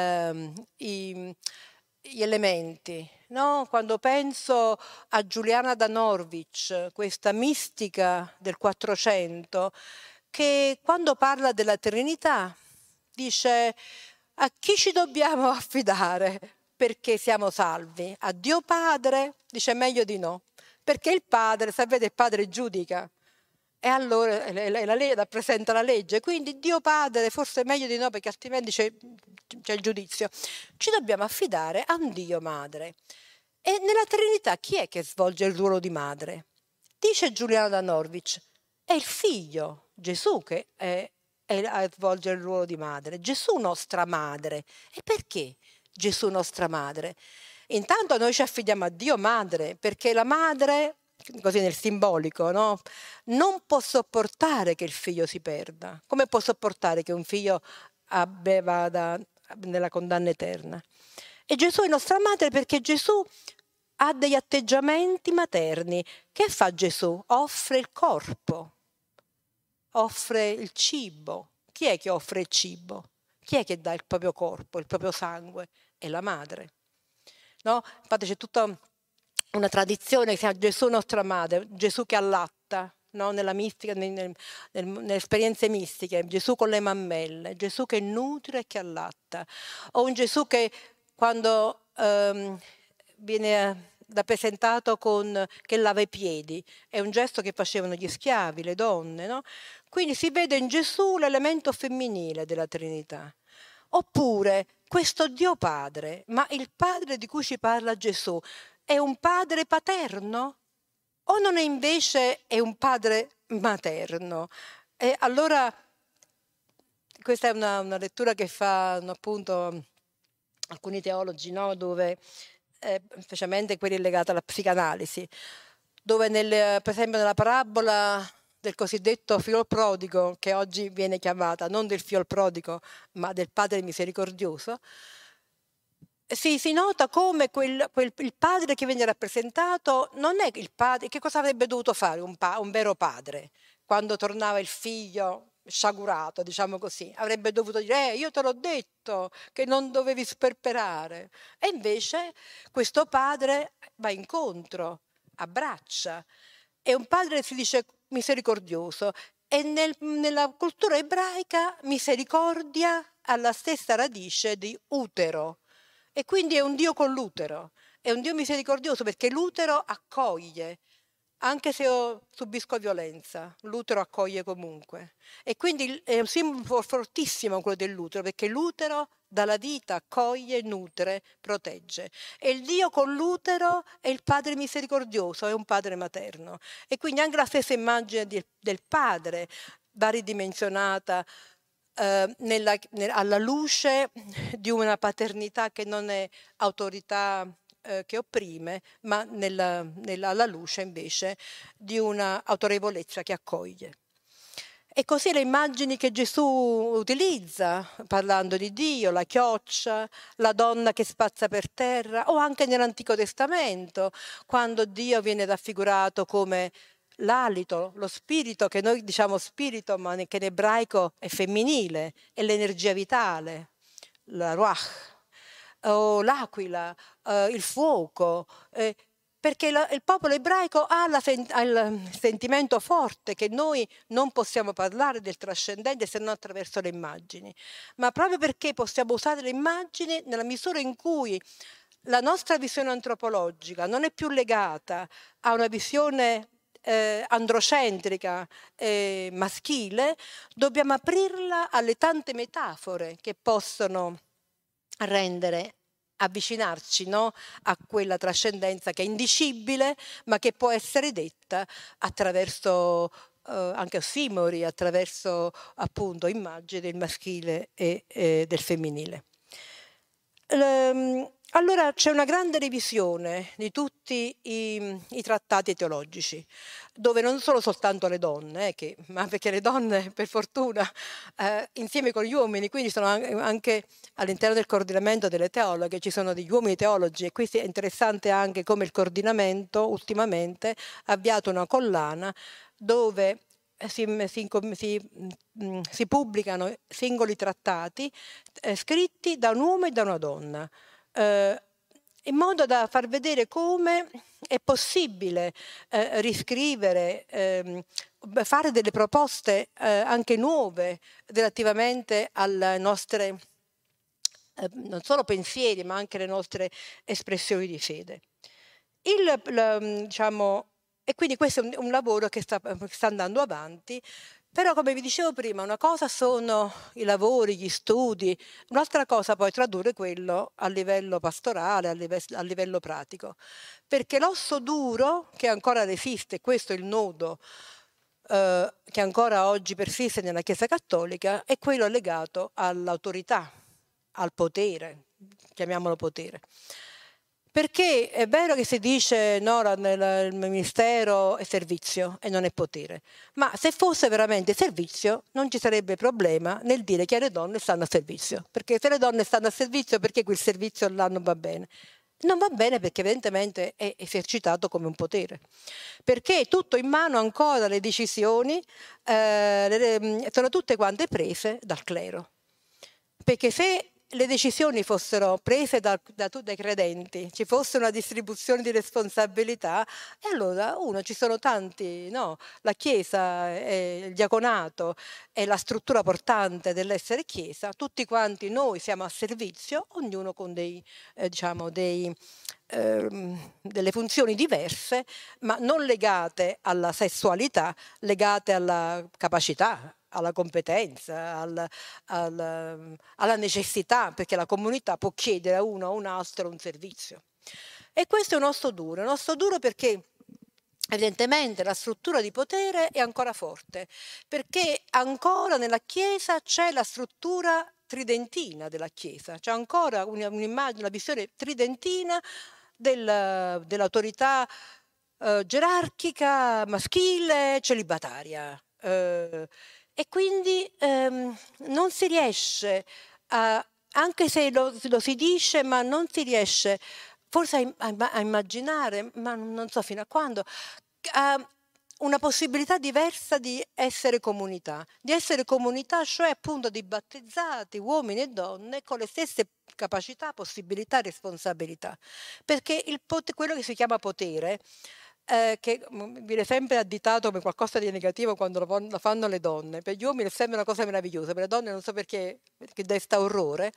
gli elementi, no? Quando penso a Giuliana da Norwich, questa mistica del 400, che quando parla della Trinità dice: a chi ci dobbiamo affidare perché siamo salvi? A Dio Padre? Dice meglio di no, perché il Padre, sapete, il Padre giudica. E allora la legge rappresenta la legge, quindi Dio Padre forse è meglio di no, perché altrimenti c'è il giudizio. Ci dobbiamo affidare a un Dio Madre. E nella Trinità chi è che svolge il ruolo di madre? Dice Giuliano da Norwich: è il Figlio, Gesù, che svolge il ruolo di madre. Gesù nostra madre. E perché Gesù nostra madre? Intanto noi ci affidiamo a Dio Madre, perché la madre, così nel simbolico, no? Non può sopportare che il figlio si perda. Come può sopportare che un figlio vada nella condanna eterna? E Gesù è nostra madre perché Gesù ha degli atteggiamenti materni. Che fa Gesù? Offre il corpo, offre il cibo. Chi è che offre il cibo? Chi è che dà il proprio corpo, il proprio sangue? È la madre. No? Infatti c'è tutta una tradizione che si chiama Gesù nostra madre, Gesù che allatta, no? Nella mistica, nelle esperienze mistiche, Gesù con le mammelle, Gesù che nutre e che allatta, o un Gesù che quando viene rappresentato che lava i piedi, è un gesto che facevano gli schiavi, le donne, no? Quindi si vede in Gesù l'elemento femminile della Trinità. Oppure questo Dio Padre, ma il Padre di cui ci parla Gesù è un padre paterno o non è invece è un padre materno? E allora questa è una lettura che fanno appunto alcuni teologi, no? Dove specialmente quelli legati alla psicanalisi, dove per esempio nella parabola del cosiddetto figlio prodigo, che oggi viene chiamata non del figlio prodigo ma del padre misericordioso, si nota come il padre che viene rappresentato non è il padre. Che cosa avrebbe dovuto fare un vero padre quando tornava il figlio sciagurato, diciamo così? Avrebbe dovuto dire: io te l'ho detto che non dovevi sperperare. E invece questo padre va incontro, abbraccia. E un padre si dice misericordioso. E nella cultura ebraica misericordia ha la stessa radice di utero. E quindi è un Dio con l'utero, è un Dio misericordioso perché l'utero accoglie, anche se io subisco violenza, l'utero accoglie comunque. E quindi è un simbolo fortissimo quello dell'utero, perché l'utero dà la vita, accoglie, nutre, protegge. E il Dio con l'utero è il Padre misericordioso, è un Padre materno. E quindi anche la stessa immagine del Padre va ridimensionata alla luce di una paternità che non è autorità che opprime, ma alla luce invece di una autorevolezza che accoglie. E così le immagini che Gesù utilizza parlando di Dio, la chioccia, la donna che spazza per terra, o anche nell'Antico Testamento, quando Dio viene raffigurato come l'alito, lo spirito, che noi diciamo spirito, ma che in ebraico è femminile, è l'energia vitale, la ruach, o l'aquila, il fuoco, perché il popolo ebraico ha il sentimento forte che noi non possiamo parlare del trascendente se non attraverso le immagini, ma proprio perché possiamo usare le immagini nella misura in cui la nostra visione antropologica non è più legata a una visione androcentrica maschile, dobbiamo aprirla alle tante metafore che possono rendere avvicinarci, no, a quella trascendenza che è indicibile, ma che può essere detta attraverso anche ossimori, attraverso appunto immagini del maschile e del femminile. Allora c'è una grande revisione di tutti i trattati teologici, dove non sono soltanto le donne, ma perché le donne, per fortuna, insieme con gli uomini, quindi sono anche all'interno del coordinamento delle teologhe, ci sono degli uomini teologi, e questo è interessante anche come il coordinamento ultimamente ha avviato una collana dove si pubblicano singoli trattati scritti da un uomo e da una donna, in modo da far vedere come è possibile riscrivere, fare delle proposte anche nuove relativamente alle nostre, non solo pensieri, ma anche le nostre espressioni di fede. Diciamo, e quindi questo è un lavoro che sta andando avanti, però come vi dicevo prima, una cosa sono i lavori, gli studi, un'altra cosa poi tradurre quello a livello pastorale, a livello pratico, perché l'osso duro che ancora resiste, questo è il nodo che ancora oggi persiste nella Chiesa Cattolica, è quello legato all'autorità, al potere, chiamiamolo potere. Perché è vero che si dice no, nel ministero è servizio e non è potere, ma se fosse veramente servizio non ci sarebbe problema nel dire che le donne stanno a servizio, perché se le donne stanno a servizio, perché quel servizio là non va bene? Non va bene perché evidentemente è esercitato come un potere, perché è tutto in mano ancora, le decisioni sono tutte quante prese dal clero, perché se le decisioni fossero prese dai credenti, ci fosse una distribuzione di responsabilità, e allora ci sono tanti, no? La Chiesa, il diaconato è la struttura portante dell'essere Chiesa, tutti quanti noi siamo a servizio, ognuno con delle funzioni diverse, ma non legate alla sessualità, legate alla capacità, alla competenza, alla necessità, perché la comunità può chiedere a uno o a un altro un servizio. E questo è un osso duro perché evidentemente la struttura di potere è ancora forte, perché ancora nella Chiesa c'è la struttura tridentina della Chiesa, c'è ancora un'immagine, una visione tridentina dell'autorità gerarchica, maschile, celibataria. E quindi non si riesce, anche se lo si dice, ma non si riesce forse a immaginare, ma non so fino a quando, una possibilità diversa di essere comunità, cioè appunto di battezzati, uomini e donne, con le stesse capacità, possibilità, responsabilità. Perché quello che si chiama potere, che viene sempre additato come qualcosa di negativo quando lo fanno le donne, per gli uomini è sempre una cosa meravigliosa, per le donne non so perché desta orrore,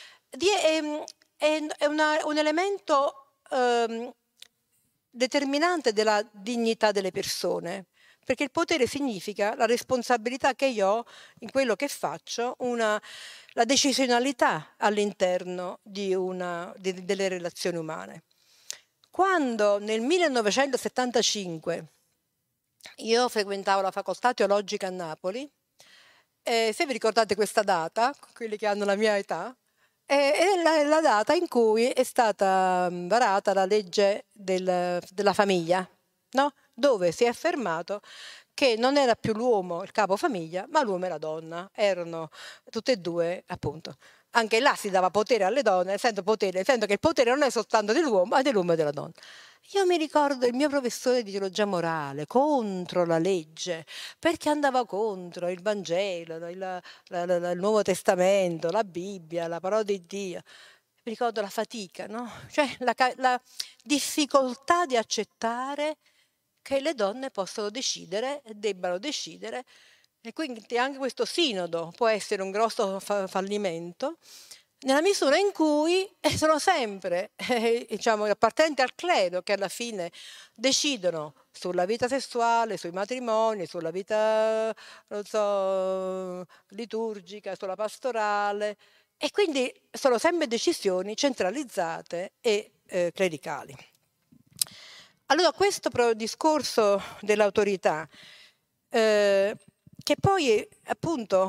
è un elemento determinante della dignità delle persone, perché il potere significa la responsabilità che io ho in quello che faccio, la decisionalità all'interno delle relazioni umane. Quando nel 1975 io frequentavo la facoltà teologica a Napoli, se vi ricordate questa data, quelli che hanno la mia età, è la data in cui è stata varata la legge della famiglia, no? Dove si è affermato che non era più l'uomo il capofamiglia, ma l'uomo e la donna, erano tutte e due, appunto. Anche là si dava potere alle donne, nel senso che il potere non è soltanto dell'uomo, ma dell'uomo e della donna. Io mi ricordo il mio professore di teologia morale contro la legge, perché andava contro il Vangelo, il Nuovo Testamento, la Bibbia, la parola di Dio. Mi ricordo la fatica, no? Cioè la difficoltà di accettare che le donne possono decidere e debbano decidere. E quindi anche questo sinodo può essere un grosso fallimento, nella misura in cui sono sempre diciamo, appartenenti al clero che alla fine decidono sulla vita sessuale, sui matrimoni, sulla vita non so, liturgica, sulla pastorale, E quindi sono sempre decisioni centralizzate e clericali. Allora questo discorso dell'autorità, che poi appunto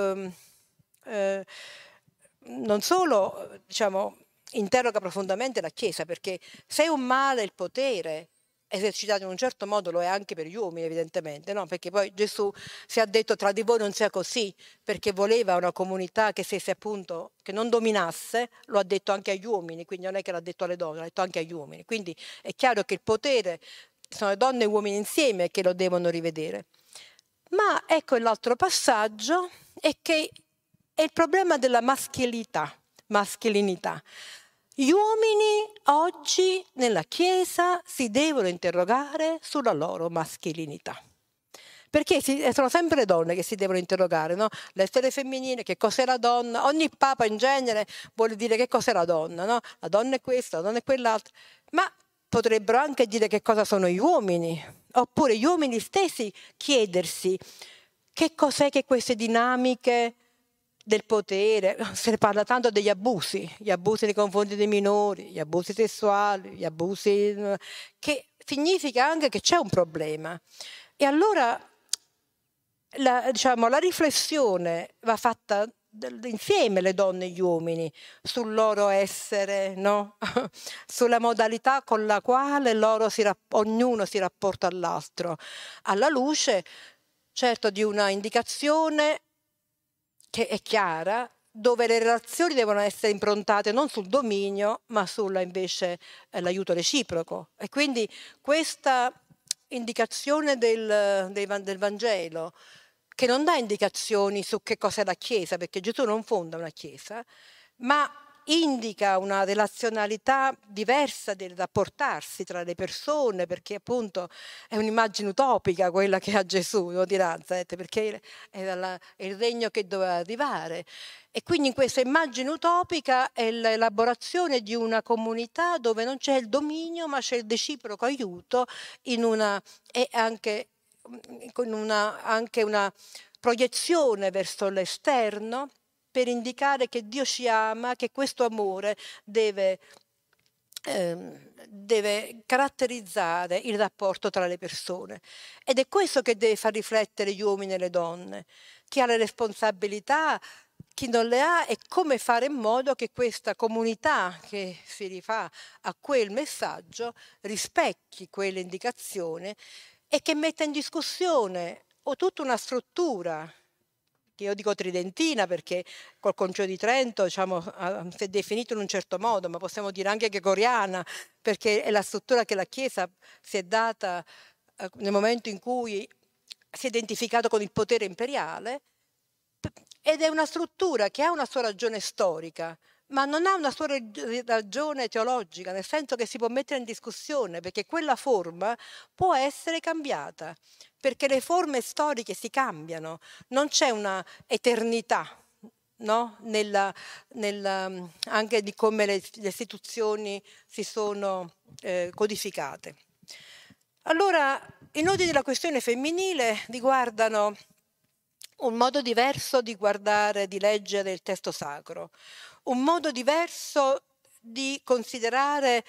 non solo diciamo, interroga profondamente la Chiesa, perché se è un male il potere esercitato in un certo modo, lo è anche per gli uomini evidentemente, no? Perché poi Gesù si è detto tra di voi non sia così, perché voleva una comunità che appunto, che non dominasse, lo ha detto anche agli uomini, quindi non è che l'ha detto alle donne, l'ha detto anche agli uomini, quindi è chiaro che il potere sono le donne e gli uomini insieme che lo devono rivedere. Ma ecco l'altro passaggio è che è il problema della maschilinità. Gli uomini oggi nella Chiesa si devono interrogare sulla loro maschilinità. Perché sono sempre le donne che si devono interrogare, no? L'essere femminile, che cos'è la donna? Ogni papa in genere vuole dire che cos'è la donna, no? La donna è questa, la donna è quell'altra. Ma potrebbero anche dire che cosa sono gli uomini, oppure gli uomini stessi chiedersi che cos'è che queste dinamiche del potere, se ne parla tanto degli abusi nei confronti dei minori, gli abusi sessuali, gli abusi, che significa anche che c'è un problema. E allora la riflessione va fatta insieme le donne e gli uomini sul loro essere, no? Sulla modalità con la quale ognuno si rapporta all'altro, alla luce certo di una indicazione che è chiara, dove le relazioni devono essere improntate non sul dominio, ma sulla invece l'aiuto reciproco. E quindi questa indicazione del Vangelo, che non dà indicazioni su che cos'è la Chiesa, perché Gesù non fonda una Chiesa, ma indica una relazionalità diversa del rapportarsi tra le persone, perché appunto è un'immagine utopica quella che ha Gesù, lo di Nazareth, perché è il regno che doveva arrivare. E quindi in questa immagine utopica è l'elaborazione di una comunità dove non c'è il dominio, ma c'è il reciproco aiuto e anche con una proiezione verso l'esterno, per indicare che Dio ci ama, che questo amore deve caratterizzare il rapporto tra le persone. Ed è questo che deve far riflettere gli uomini e le donne. Chi ha le responsabilità, chi non le ha, e come fare in modo che questa comunità che si rifà a quel messaggio rispecchi quell'indicazione e che metta in discussione tutta una struttura, che io dico tridentina perché col Concilio di Trento diciamo, si è definito in un certo modo, ma possiamo dire anche gregoriana, perché è la struttura che la Chiesa si è data nel momento in cui si è identificato con il potere imperiale, ed è una struttura che ha una sua ragione storica, ma non ha una sua ragione teologica, nel senso che si può mettere in discussione, perché quella forma può essere cambiata, perché le forme storiche si cambiano, non c'è una eternità, no? Anche di come le istituzioni si sono codificate. Allora, i nodi della questione femminile riguardano un modo diverso di guardare, di leggere il testo sacro, un modo diverso di considerare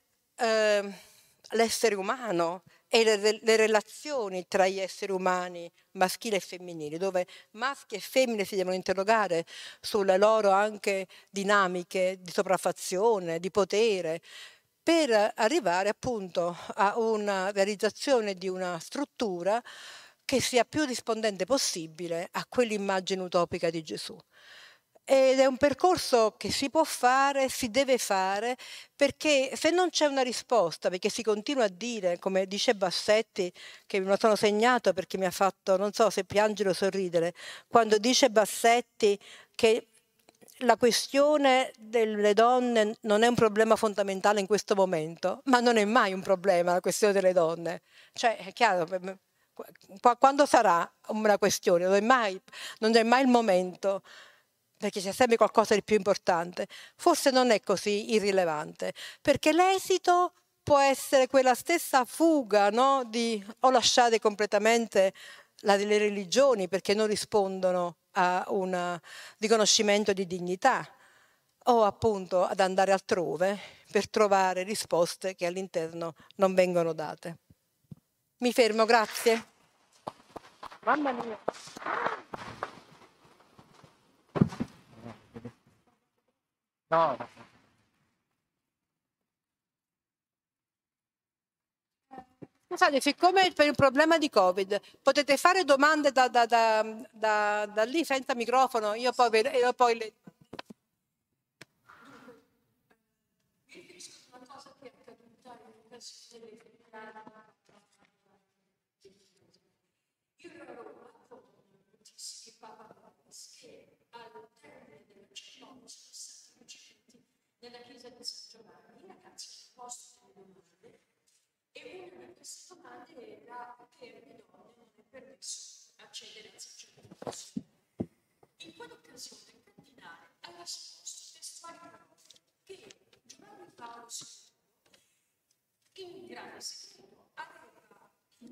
l'essere umano e le relazioni tra gli esseri umani maschili e femminili, dove maschi e femmine si devono interrogare sulle loro anche dinamiche di sopraffazione, di potere, per arrivare appunto a una realizzazione di una struttura che sia più rispondente possibile a quell'immagine utopica di Gesù. Ed è un percorso che si può fare, si deve fare, perché se non c'è una risposta, perché si continua a dire, come dice Bassetti, che me lo sono segnato perché mi ha fatto, non so se piangere o sorridere, quando dice Bassetti che la questione delle donne non è un problema fondamentale in questo momento, ma non è mai un problema la questione delle donne. Cioè, è chiaro, quando sarà una questione? Non è mai il momento, perché c'è sempre qualcosa di più importante. Forse non è così irrilevante, perché l'esito può essere quella stessa fuga, no? O lasciare completamente le religioni perché non rispondono a un riconoscimento di dignità o appunto ad andare altrove per trovare risposte che all'interno non vengono date. Mi fermo, grazie. Mamma mia. No. Scusate, siccome per il problema di Covid potete fare domande da lì senza microfono, io poi le... Io ero a Roma con moltissimi paparazzi che al termine della cerimonia sono stati ricevuti nella chiesa di San Giovanni. I ragazzi hanno posto delle domande e una di queste domande era perché alle donne non è permesso accedere al sacerdozio. In quell'occasione il cardinale ha risposto testuali parole che Giovanni Paolo II in grande segreto aveva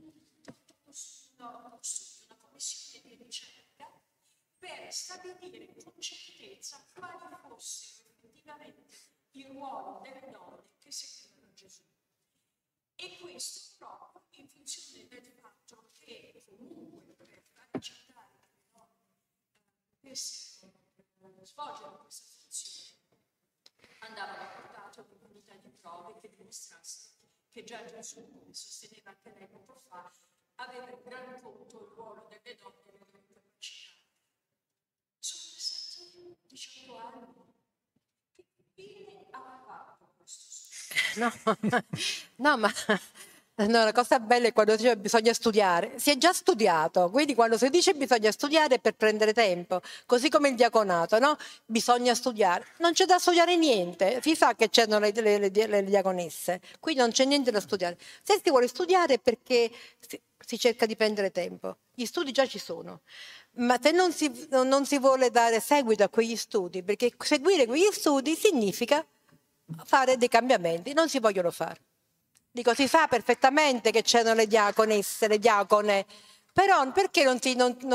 costruito una commissione di ricerca per stabilire con certezza quali fossero effettivamente i ruoli delle donne che seguivano Gesù. E questo proprio in funzione del fatto che comunque per far accettare che le donne potessero svolgere questa funzione andava rapportato un'unità di prove che dimostrassero che già Gesù, come sosteneva anche lei poco fa, aveva in gran conto il ruolo delle donne e le loro capacità. Sono passati 18 anni. Che fine ha fatto questo studio? No, la cosa bella è quando si dice bisogna studiare. Si è già studiato, quindi quando si dice bisogna studiare è per prendere tempo, così come il diaconato, no? Bisogna studiare. Non c'è da studiare niente, si sa che c'erano le diaconesse, quindi non c'è niente da studiare. Se si vuole studiare è perché si cerca di prendere tempo. Gli studi già ci sono, ma se non si vuole dare seguito a quegli studi, perché seguire quegli studi significa fare dei cambiamenti, non si vogliono fare. Dico, si sa perfettamente che c'erano le diaconesse, le diacone, però perché non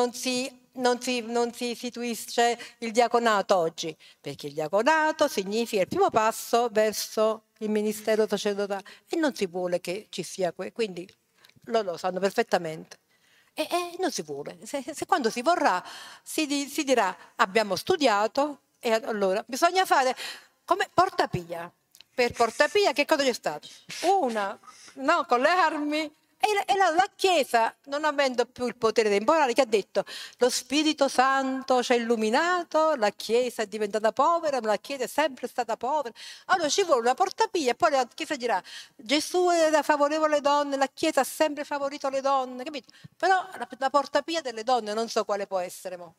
si istituisce il diaconato oggi? Perché il diaconato significa il primo passo verso il ministero sacerdotale e non si vuole che ci sia quindi lo sanno perfettamente. E non si vuole. Se quando si vorrà si dirà abbiamo studiato e allora bisogna fare come Portapia. Per Portapia che cosa c'è stato? Con le armi e la Chiesa, non avendo più il potere temporale, che ha detto lo Spirito Santo ci ha illuminato, la Chiesa è diventata povera, ma la Chiesa è sempre stata povera. Allora ci vuole una Portapia e poi la Chiesa dirà Gesù era favorevole alle donne, la Chiesa ha sempre favorito le donne, capito? Però la Portapia delle donne non so quale può essere mo.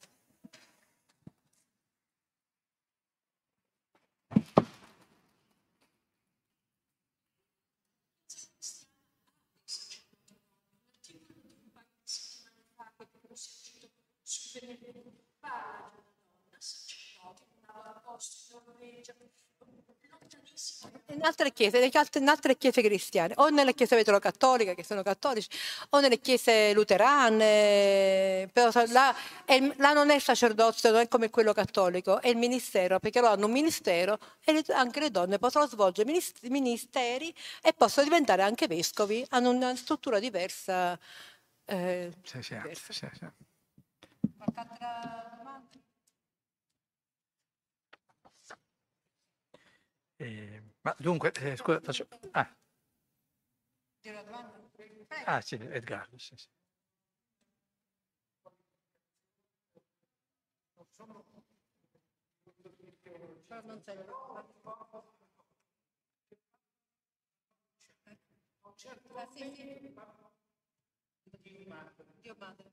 Parla di una donna sacerdote in un posto in Norvegia, lontanissimo. In altre chiese cristiane, o nelle chiese vetero-cattoliche, che sono cattolici, o nelle chiese luterane, però là non è il sacerdozio, non è come quello cattolico, è il ministero, perché loro hanno un ministero e anche le donne possono svolgere ministeri e possono diventare anche vescovi, hanno una struttura diversa. Sì. Qualche altra domanda? Ma dunque, scusa, faccio... Una domanda? Sì, Edgardo, sì. Non sei... Dio madre.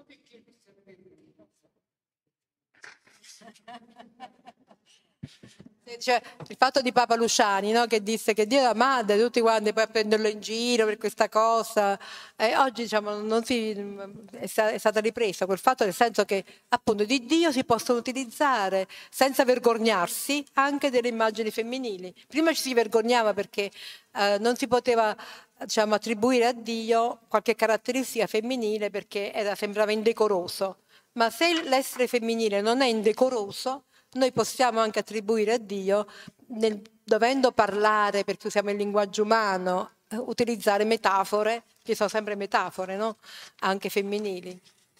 Cioè, il fatto di Papa Luciani, no? Che disse che Dio è la madre, tutti quanti poi a prenderlo in giro per questa cosa. Oggi diciamo, è stata ripresa quel fatto, nel senso che appunto di Dio si possono utilizzare senza vergognarsi anche delle immagini femminili. Prima ci si vergognava perché non si poteva diciamo, attribuire a Dio qualche caratteristica femminile perché sembrava indecoroso. Ma se l'essere femminile non è indecoroso, noi possiamo anche attribuire a Dio, dovendo parlare, perché usiamo il linguaggio umano, utilizzare metafore, che sono sempre metafore, no? Anche femminili.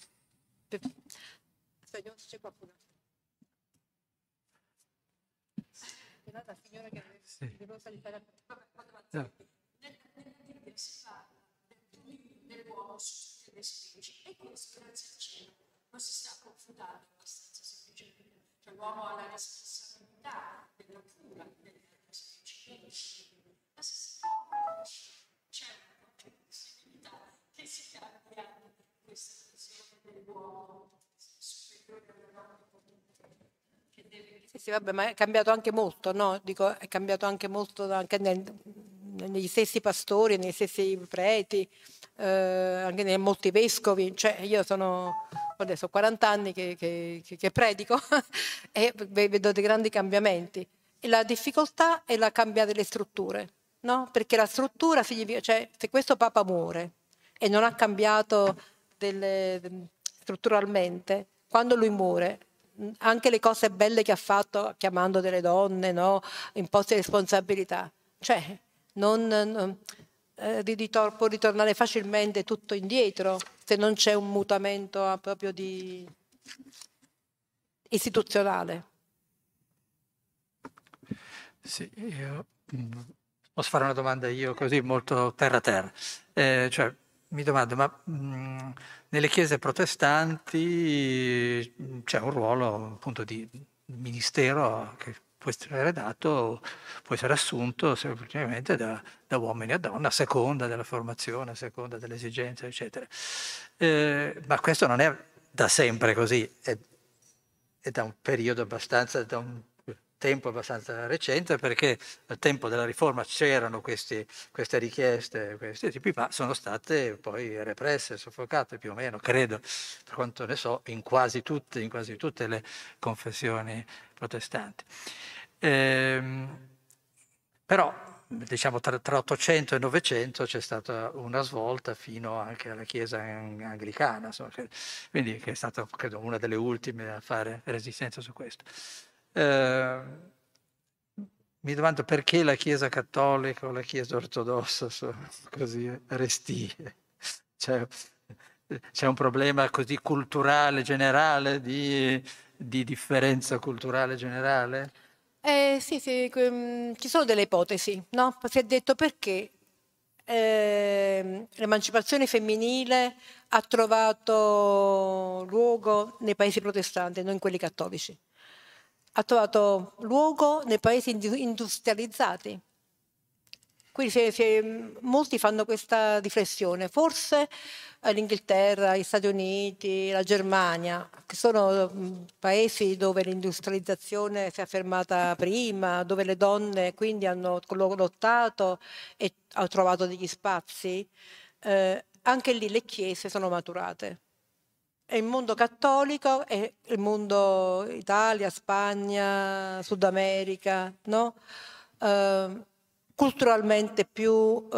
C'è qualcuno? La signora che dell'uomo su tutte le specie, e questo grazie al cielo non si sta confutando abbastanza semplicemente. Cioè l'uomo ha la responsabilità della cura delle specie, ma se si c'è una possibilità che si cambia questa visione dell'uomo superiore alla donna. Sì, vabbè, ma è cambiato anche molto, no? Dico, è cambiato anche molto anche negli stessi pastori, negli stessi preti, anche nei molti vescovi. Cioè, io sono adesso 40 anni che predico e vedo dei grandi cambiamenti. E la difficoltà è la cambiare le strutture, no? Perché la struttura significa, cioè, se questo Papa muore e non ha cambiato strutturalmente, quando lui muore, anche le cose belle che ha fatto chiamando delle donne, no? Imposte responsabilità, cioè può ritornare facilmente tutto indietro se non c'è un mutamento proprio istituzionale. Sì, io posso fare una domanda io così molto terra. Cioè, mi domando, ma nelle chiese protestanti c'è un ruolo appunto di ministero che può essere dato, può essere assunto semplicemente da uomini a donne, a seconda della formazione, a seconda delle esigenze, eccetera. Ma questo non è da sempre così, è da un periodo abbastanza, da un tempo abbastanza recente, perché al tempo della riforma c'erano queste richieste, questi tipi, ma sono state poi represse, soffocate più o meno, credo, per quanto ne so, in quasi tutte le confessioni protestanti. Però diciamo tra 800 e 900 c'è stata una svolta fino anche alla Chiesa anglicana, insomma, quindi che è stata credo una delle ultime a fare resistenza su questo. Mi domando perché la Chiesa cattolica o la Chiesa ortodossa sono così restie. C'è un problema così culturale generale, di differenza culturale generale? Sì, ci sono delle ipotesi, no? Si è detto perché l'emancipazione femminile ha trovato luogo nei paesi protestanti, non in quelli cattolici. Ha trovato luogo nei paesi industrializzati. Quindi molti fanno questa riflessione. Forse l'Inghilterra, gli Stati Uniti, la Germania, che sono paesi dove l'industrializzazione si è affermata prima, dove le donne quindi hanno lottato e hanno trovato degli spazi, anche lì le chiese sono maturate. E il mondo cattolico e il mondo Italia, Spagna, Sud America, no? Culturalmente più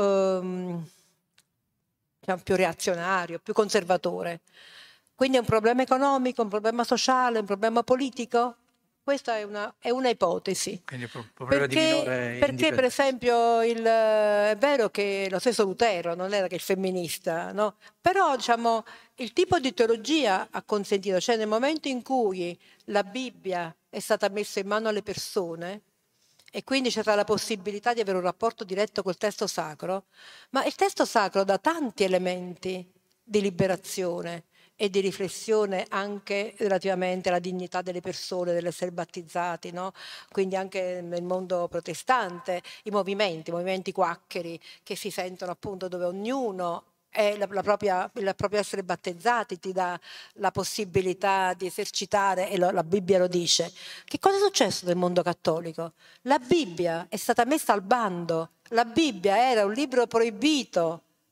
reazionario, più conservatore. Quindi è un problema economico, un problema sociale, un problema politico? Questa è una ipotesi. Quindi un problema di minore perché per esempio è vero che lo stesso Lutero non era che il femminista, no? Però diciamo il tipo di teologia ha consentito, cioè nel momento in cui la Bibbia è stata messa in mano alle persone e quindi c'era la possibilità di avere un rapporto diretto col testo sacro, ma il testo sacro dà tanti elementi di liberazione e di riflessione anche relativamente alla dignità delle persone, dell'essere battezzati, no? Quindi anche nel mondo protestante, i movimenti quaccheri che si sentono appunto dove ognuno è il proprio essere battezzati ti dà la possibilità di esercitare, e la Bibbia lo dice. Che cosa è successo nel mondo cattolico? La Bibbia è stata messa al bando, la Bibbia era un libro proibito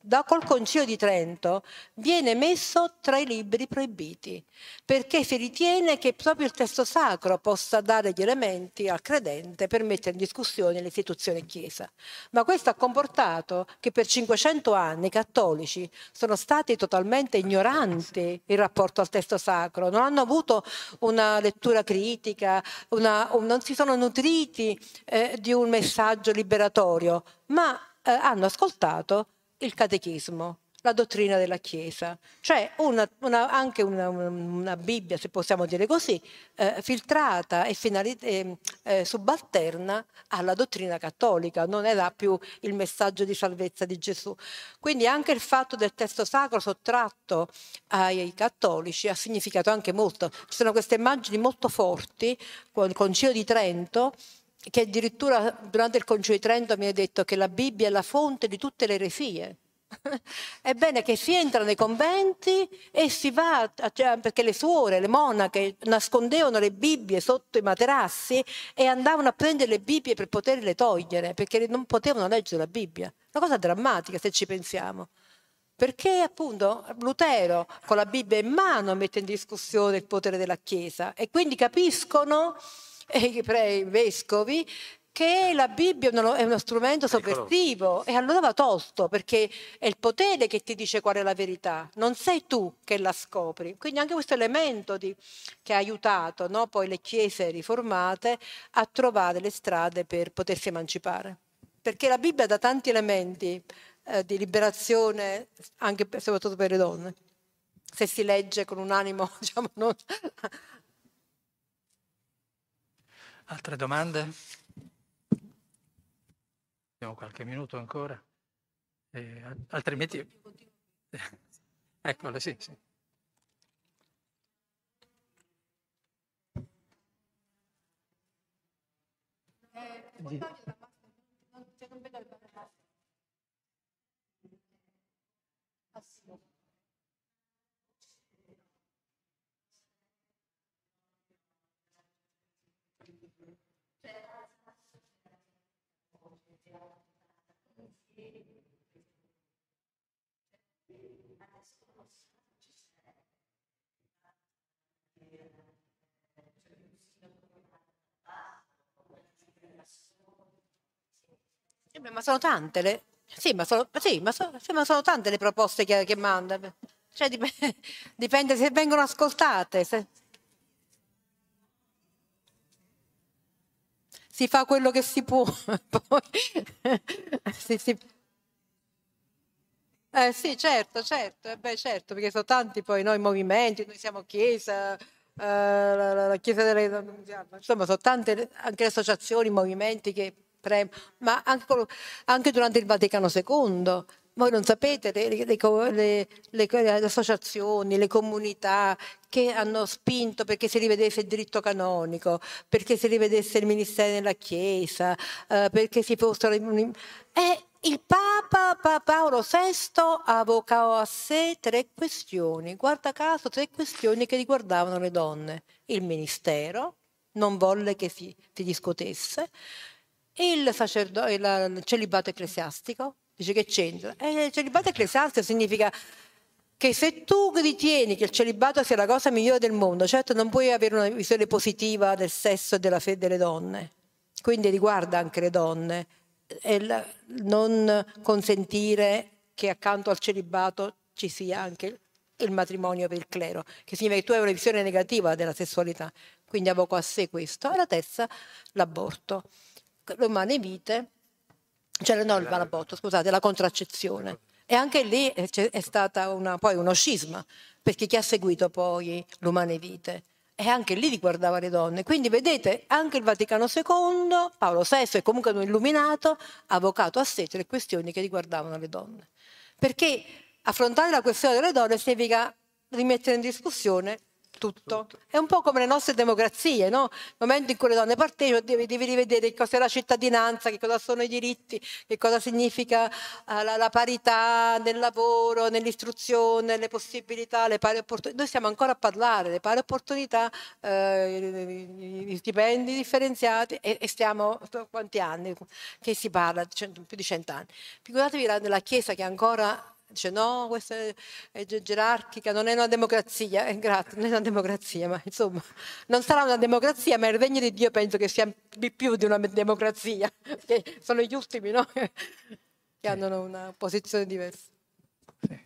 col Concilio di Trento viene messo tra i libri proibiti, perché si ritiene che proprio il testo sacro possa dare gli elementi al credente per mettere in discussione l'istituzione Chiesa. Ma questo ha comportato che per 500 anni i cattolici sono stati totalmente ignoranti in rapporto al testo sacro, non hanno avuto una lettura critica, non si sono nutriti di un messaggio liberatorio, ma hanno ascoltato il catechismo, la dottrina della Chiesa, cioè anche una Bibbia, se possiamo dire così, filtrata e subalterna alla dottrina cattolica, non era più il messaggio di salvezza di Gesù. Quindi anche il fatto del testo sacro sottratto ai cattolici ha significato anche molto. Ci sono queste immagini molto forti con il Concilio di Trento, che addirittura durante il Concilio di Trento mi ha detto che la Bibbia è la fonte di tutte le eresie. Ebbene, che si entra nei conventi e si va, perché le suore, le monache nascondevano le Bibbie sotto i materassi e andavano a prendere le Bibbie per poterle togliere, perché non potevano leggere la Bibbia. Una cosa drammatica se ci pensiamo. Perché appunto Lutero con la Bibbia in mano mette in discussione il potere della Chiesa e quindi capiscono i vescovi che la Bibbia è uno strumento sovversivo e allora va tolto, perché è il potere che ti dice qual è la verità, non sei tu che la scopri. Quindi anche questo elemento che ha aiutato, no, poi le chiese riformate a trovare le strade per potersi emancipare, perché la Bibbia dà tanti elementi di liberazione anche soprattutto per le donne, se si legge con un animo, diciamo, non... Altre domande? Abbiamo qualche minuto ancora, altrimenti... Eccole, sì. Ma sono tante le... ma sono tante le proposte che manda. Cioè, dipende se vengono ascoltate. Si fa quello che si può. Poi, sì, certo, certo, perché sono tanti poi noi movimenti, noi siamo Chiesa, la Chiesa delle... Insomma, sono tante anche le associazioni, i movimenti che... Ma anche durante il Vaticano II, voi non sapete le associazioni, le comunità che hanno spinto perché si rivedesse il diritto canonico, perché si rivedesse il ministero della Chiesa, perché si fossero... E il Papa Paolo VI avvocò a sé 3 questioni, guarda caso 3 questioni che riguardavano le donne. Il ministero non volle che si discutesse, il celibato ecclesiastico, dice che c'entra. Il celibato ecclesiastico significa che se tu ritieni che il celibato sia la cosa migliore del mondo, certo non puoi avere una visione positiva del sesso e della fede delle donne, quindi riguarda anche le donne, non consentire che accanto al celibato ci sia anche il matrimonio per il clero, che significa che tu hai una visione negativa della sessualità, quindi avvocò a sé questo. E la terza, l'aborto. Le umane vite, cioè no, l'aborto, scusate, la contraccezione. E anche lì è stata poi uno scisma, perché chi ha seguito poi l'umane vite? E anche lì riguardava le donne. Quindi vedete, anche il Vaticano II, Paolo VI è comunque un illuminato, ha avvocato a sé 3 questioni che riguardavano le donne. Perché affrontare la questione delle donne significa rimettere in discussione tutto. È un po' come le nostre democrazie, no? Nel momento in cui le donne partecipano devi rivedere che cos'è la cittadinanza, che cosa sono i diritti, che cosa significa la parità nel lavoro, nell'istruzione, le possibilità, le pari opportunità. Noi stiamo ancora a parlare delle pari opportunità, gli stipendi differenziati e stiamo, quanti anni che si parla? Più di 100 anni. Figuratevi la Chiesa che ancora dice no, questa è gerarchica, non è una democrazia, grazie, non è una democrazia, ma insomma non sarà una democrazia, ma il regno di Dio penso che sia di più di una democrazia, che sono gli ultimi, no? Che hanno una posizione diversa. Sì.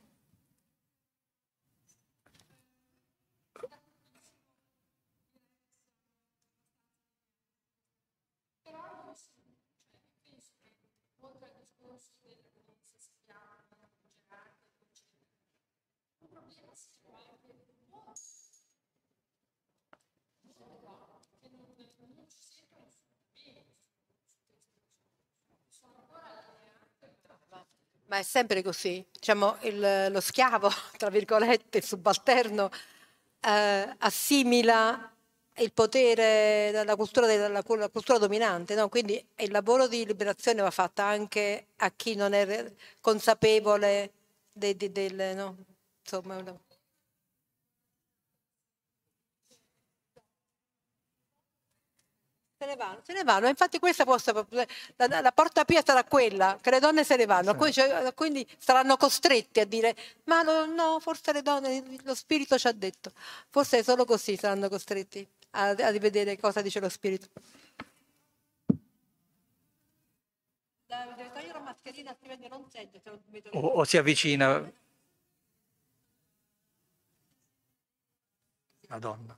Ma è sempre così, diciamo, lo schiavo, tra virgolette, il subalterno, assimila il potere dalla cultura, la cultura dominante, no? Quindi il lavoro di liberazione va fatto anche a chi non è consapevole del, no? Insomma, no. Se ne vanno, infatti questa la porta pia sarà quella, che le donne se ne vanno, quindi saranno costretti a dire ma no, forse le donne, lo spirito ci ha detto, forse solo così saranno costretti a rivedere cosa dice lo spirito. Devo togliere la mascherina altrimenti non sento. O si avvicina. Madonna.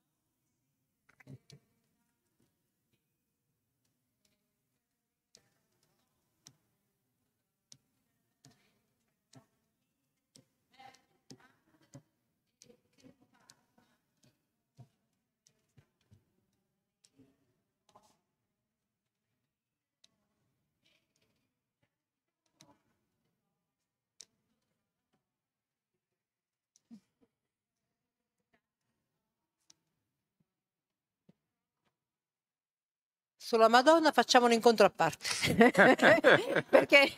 Sulla Madonna facciamo un incontro a parte perché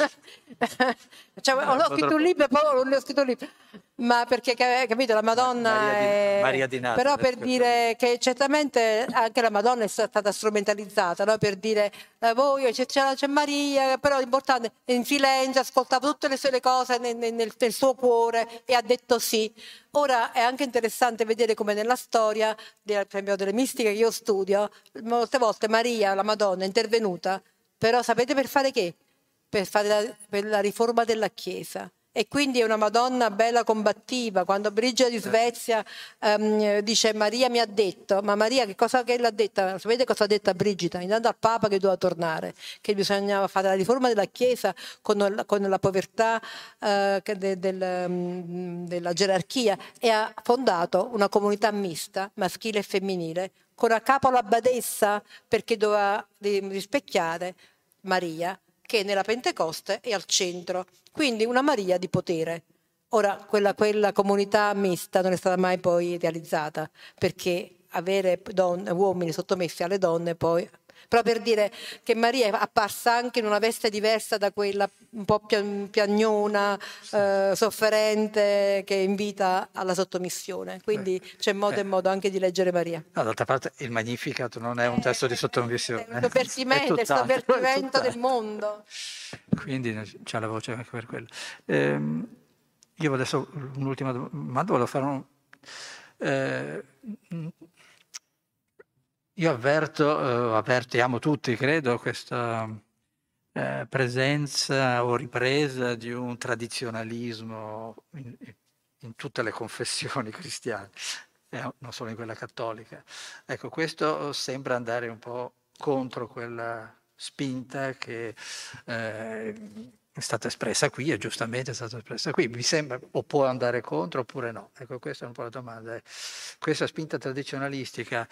ho scritto un libro e poi non ho scritto un libro, ma perché capito la Madonna Maria di Nazareth, però per dire che certamente anche la Madonna è stata strumentalizzata, no? Per dire voi c'è Maria, però l'importante è in silenzio, ascoltava tutte le sue cose nel suo cuore e ha detto sì. Ora è anche interessante vedere come nella storia delle mistiche che io studio, molte volte Maria, la Madonna, è intervenuta, però sapete per fare che? Per la riforma della Chiesa. E quindi è una Madonna bella combattiva. Quando Brigida di Svezia dice Maria mi ha detto, ma Maria che l'ha detta? Sapete cosa ha detto a Brigida? Intanto al Papa che doveva tornare, che bisognava fare la riforma della Chiesa con la povertà della gerarchia, e ha fondato una comunità mista, maschile e femminile, con a capo la badessa perché doveva rispecchiare Maria, che nella Pentecoste è al centro, quindi una Maria di potere. Ora, quella comunità mista non è stata mai poi realizzata, perché avere uomini sottomessi alle donne poi... Però per dire che Maria è apparsa anche in una veste diversa da quella un po' piagnona, sofferente, che invita alla sottomissione. Quindi c'è modo e modo anche di leggere Maria. No, d'altra parte il Magnificat non è un testo di sottomissione. È il sovvertimento del mondo. Quindi c'è la voce anche per quello. Io adesso un'ultima domanda, volevo fare io avvertiamo tutti, credo, questa presenza o ripresa di un tradizionalismo in tutte le confessioni cristiane, non solo in quella cattolica. Ecco, questo sembra andare un po' contro quella spinta che è stata espressa qui, e giustamente è stata espressa qui. Mi sembra, o può andare contro oppure no. Ecco, questa è un po' la domanda. Questa spinta tradizionalistica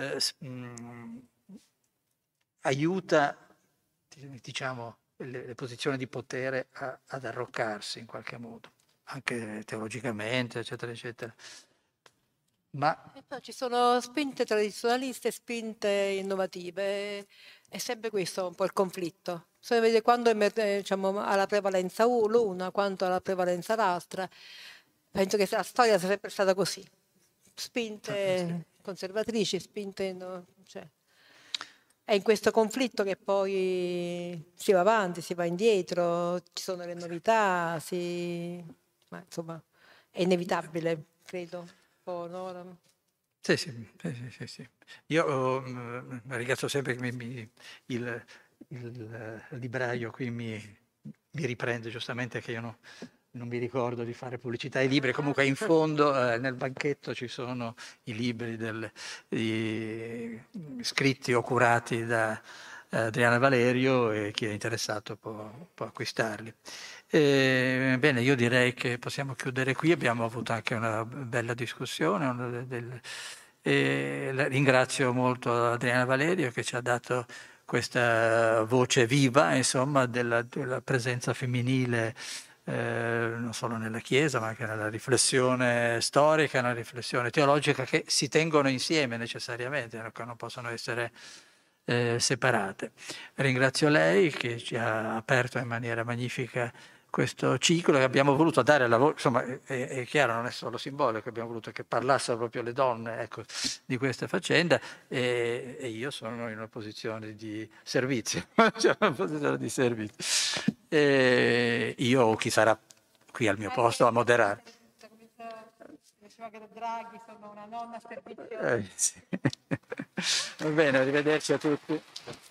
aiuta, diciamo, le posizioni di potere ad arroccarsi in qualche modo, anche teologicamente, eccetera, eccetera. Ma ci sono spinte tradizionaliste e spinte innovative, è sempre questo un po' il conflitto. Se vede quando diciamo, ha la prevalenza l'una, quanto ha la prevalenza l'altra. Penso che la storia sia sempre stata così. Spinte conservatrici, spinte... No, cioè. è in questo conflitto che poi si va avanti, si va indietro, ci sono le novità, ma insomma è inevitabile, credo. Oh, no? Sì, sì, sì, sì, sì. Io ringrazio sempre che il libraio qui mi riprende giustamente che io non mi ricordo di fare pubblicità ai libri. Comunque in fondo nel banchetto ci sono i libri scritti o curati da Adriana Valerio e chi è interessato può acquistarli. Bene, io direi che possiamo chiudere qui, abbiamo avuto anche una bella discussione. Ringrazio molto Adriana Valerio che ci ha dato questa voce viva, insomma, della presenza femminile non solo nella Chiesa, ma anche nella riflessione storica, nella riflessione teologica, che si tengono insieme necessariamente, che non possono essere separate. Ringrazio lei che ci ha aperto in maniera magnifica questo ciclo che abbiamo voluto dare alla voce, insomma è chiaro, non è solo simbolico, abbiamo voluto che parlassero proprio le donne, ecco, di questa faccenda e io sono in una posizione di servizio, cioè una posizione di servizio. E io o chi sarà qui al mio posto a moderare. Diceva che Draghi sono una nonna servizio. Sì. Va bene, arrivederci a tutti.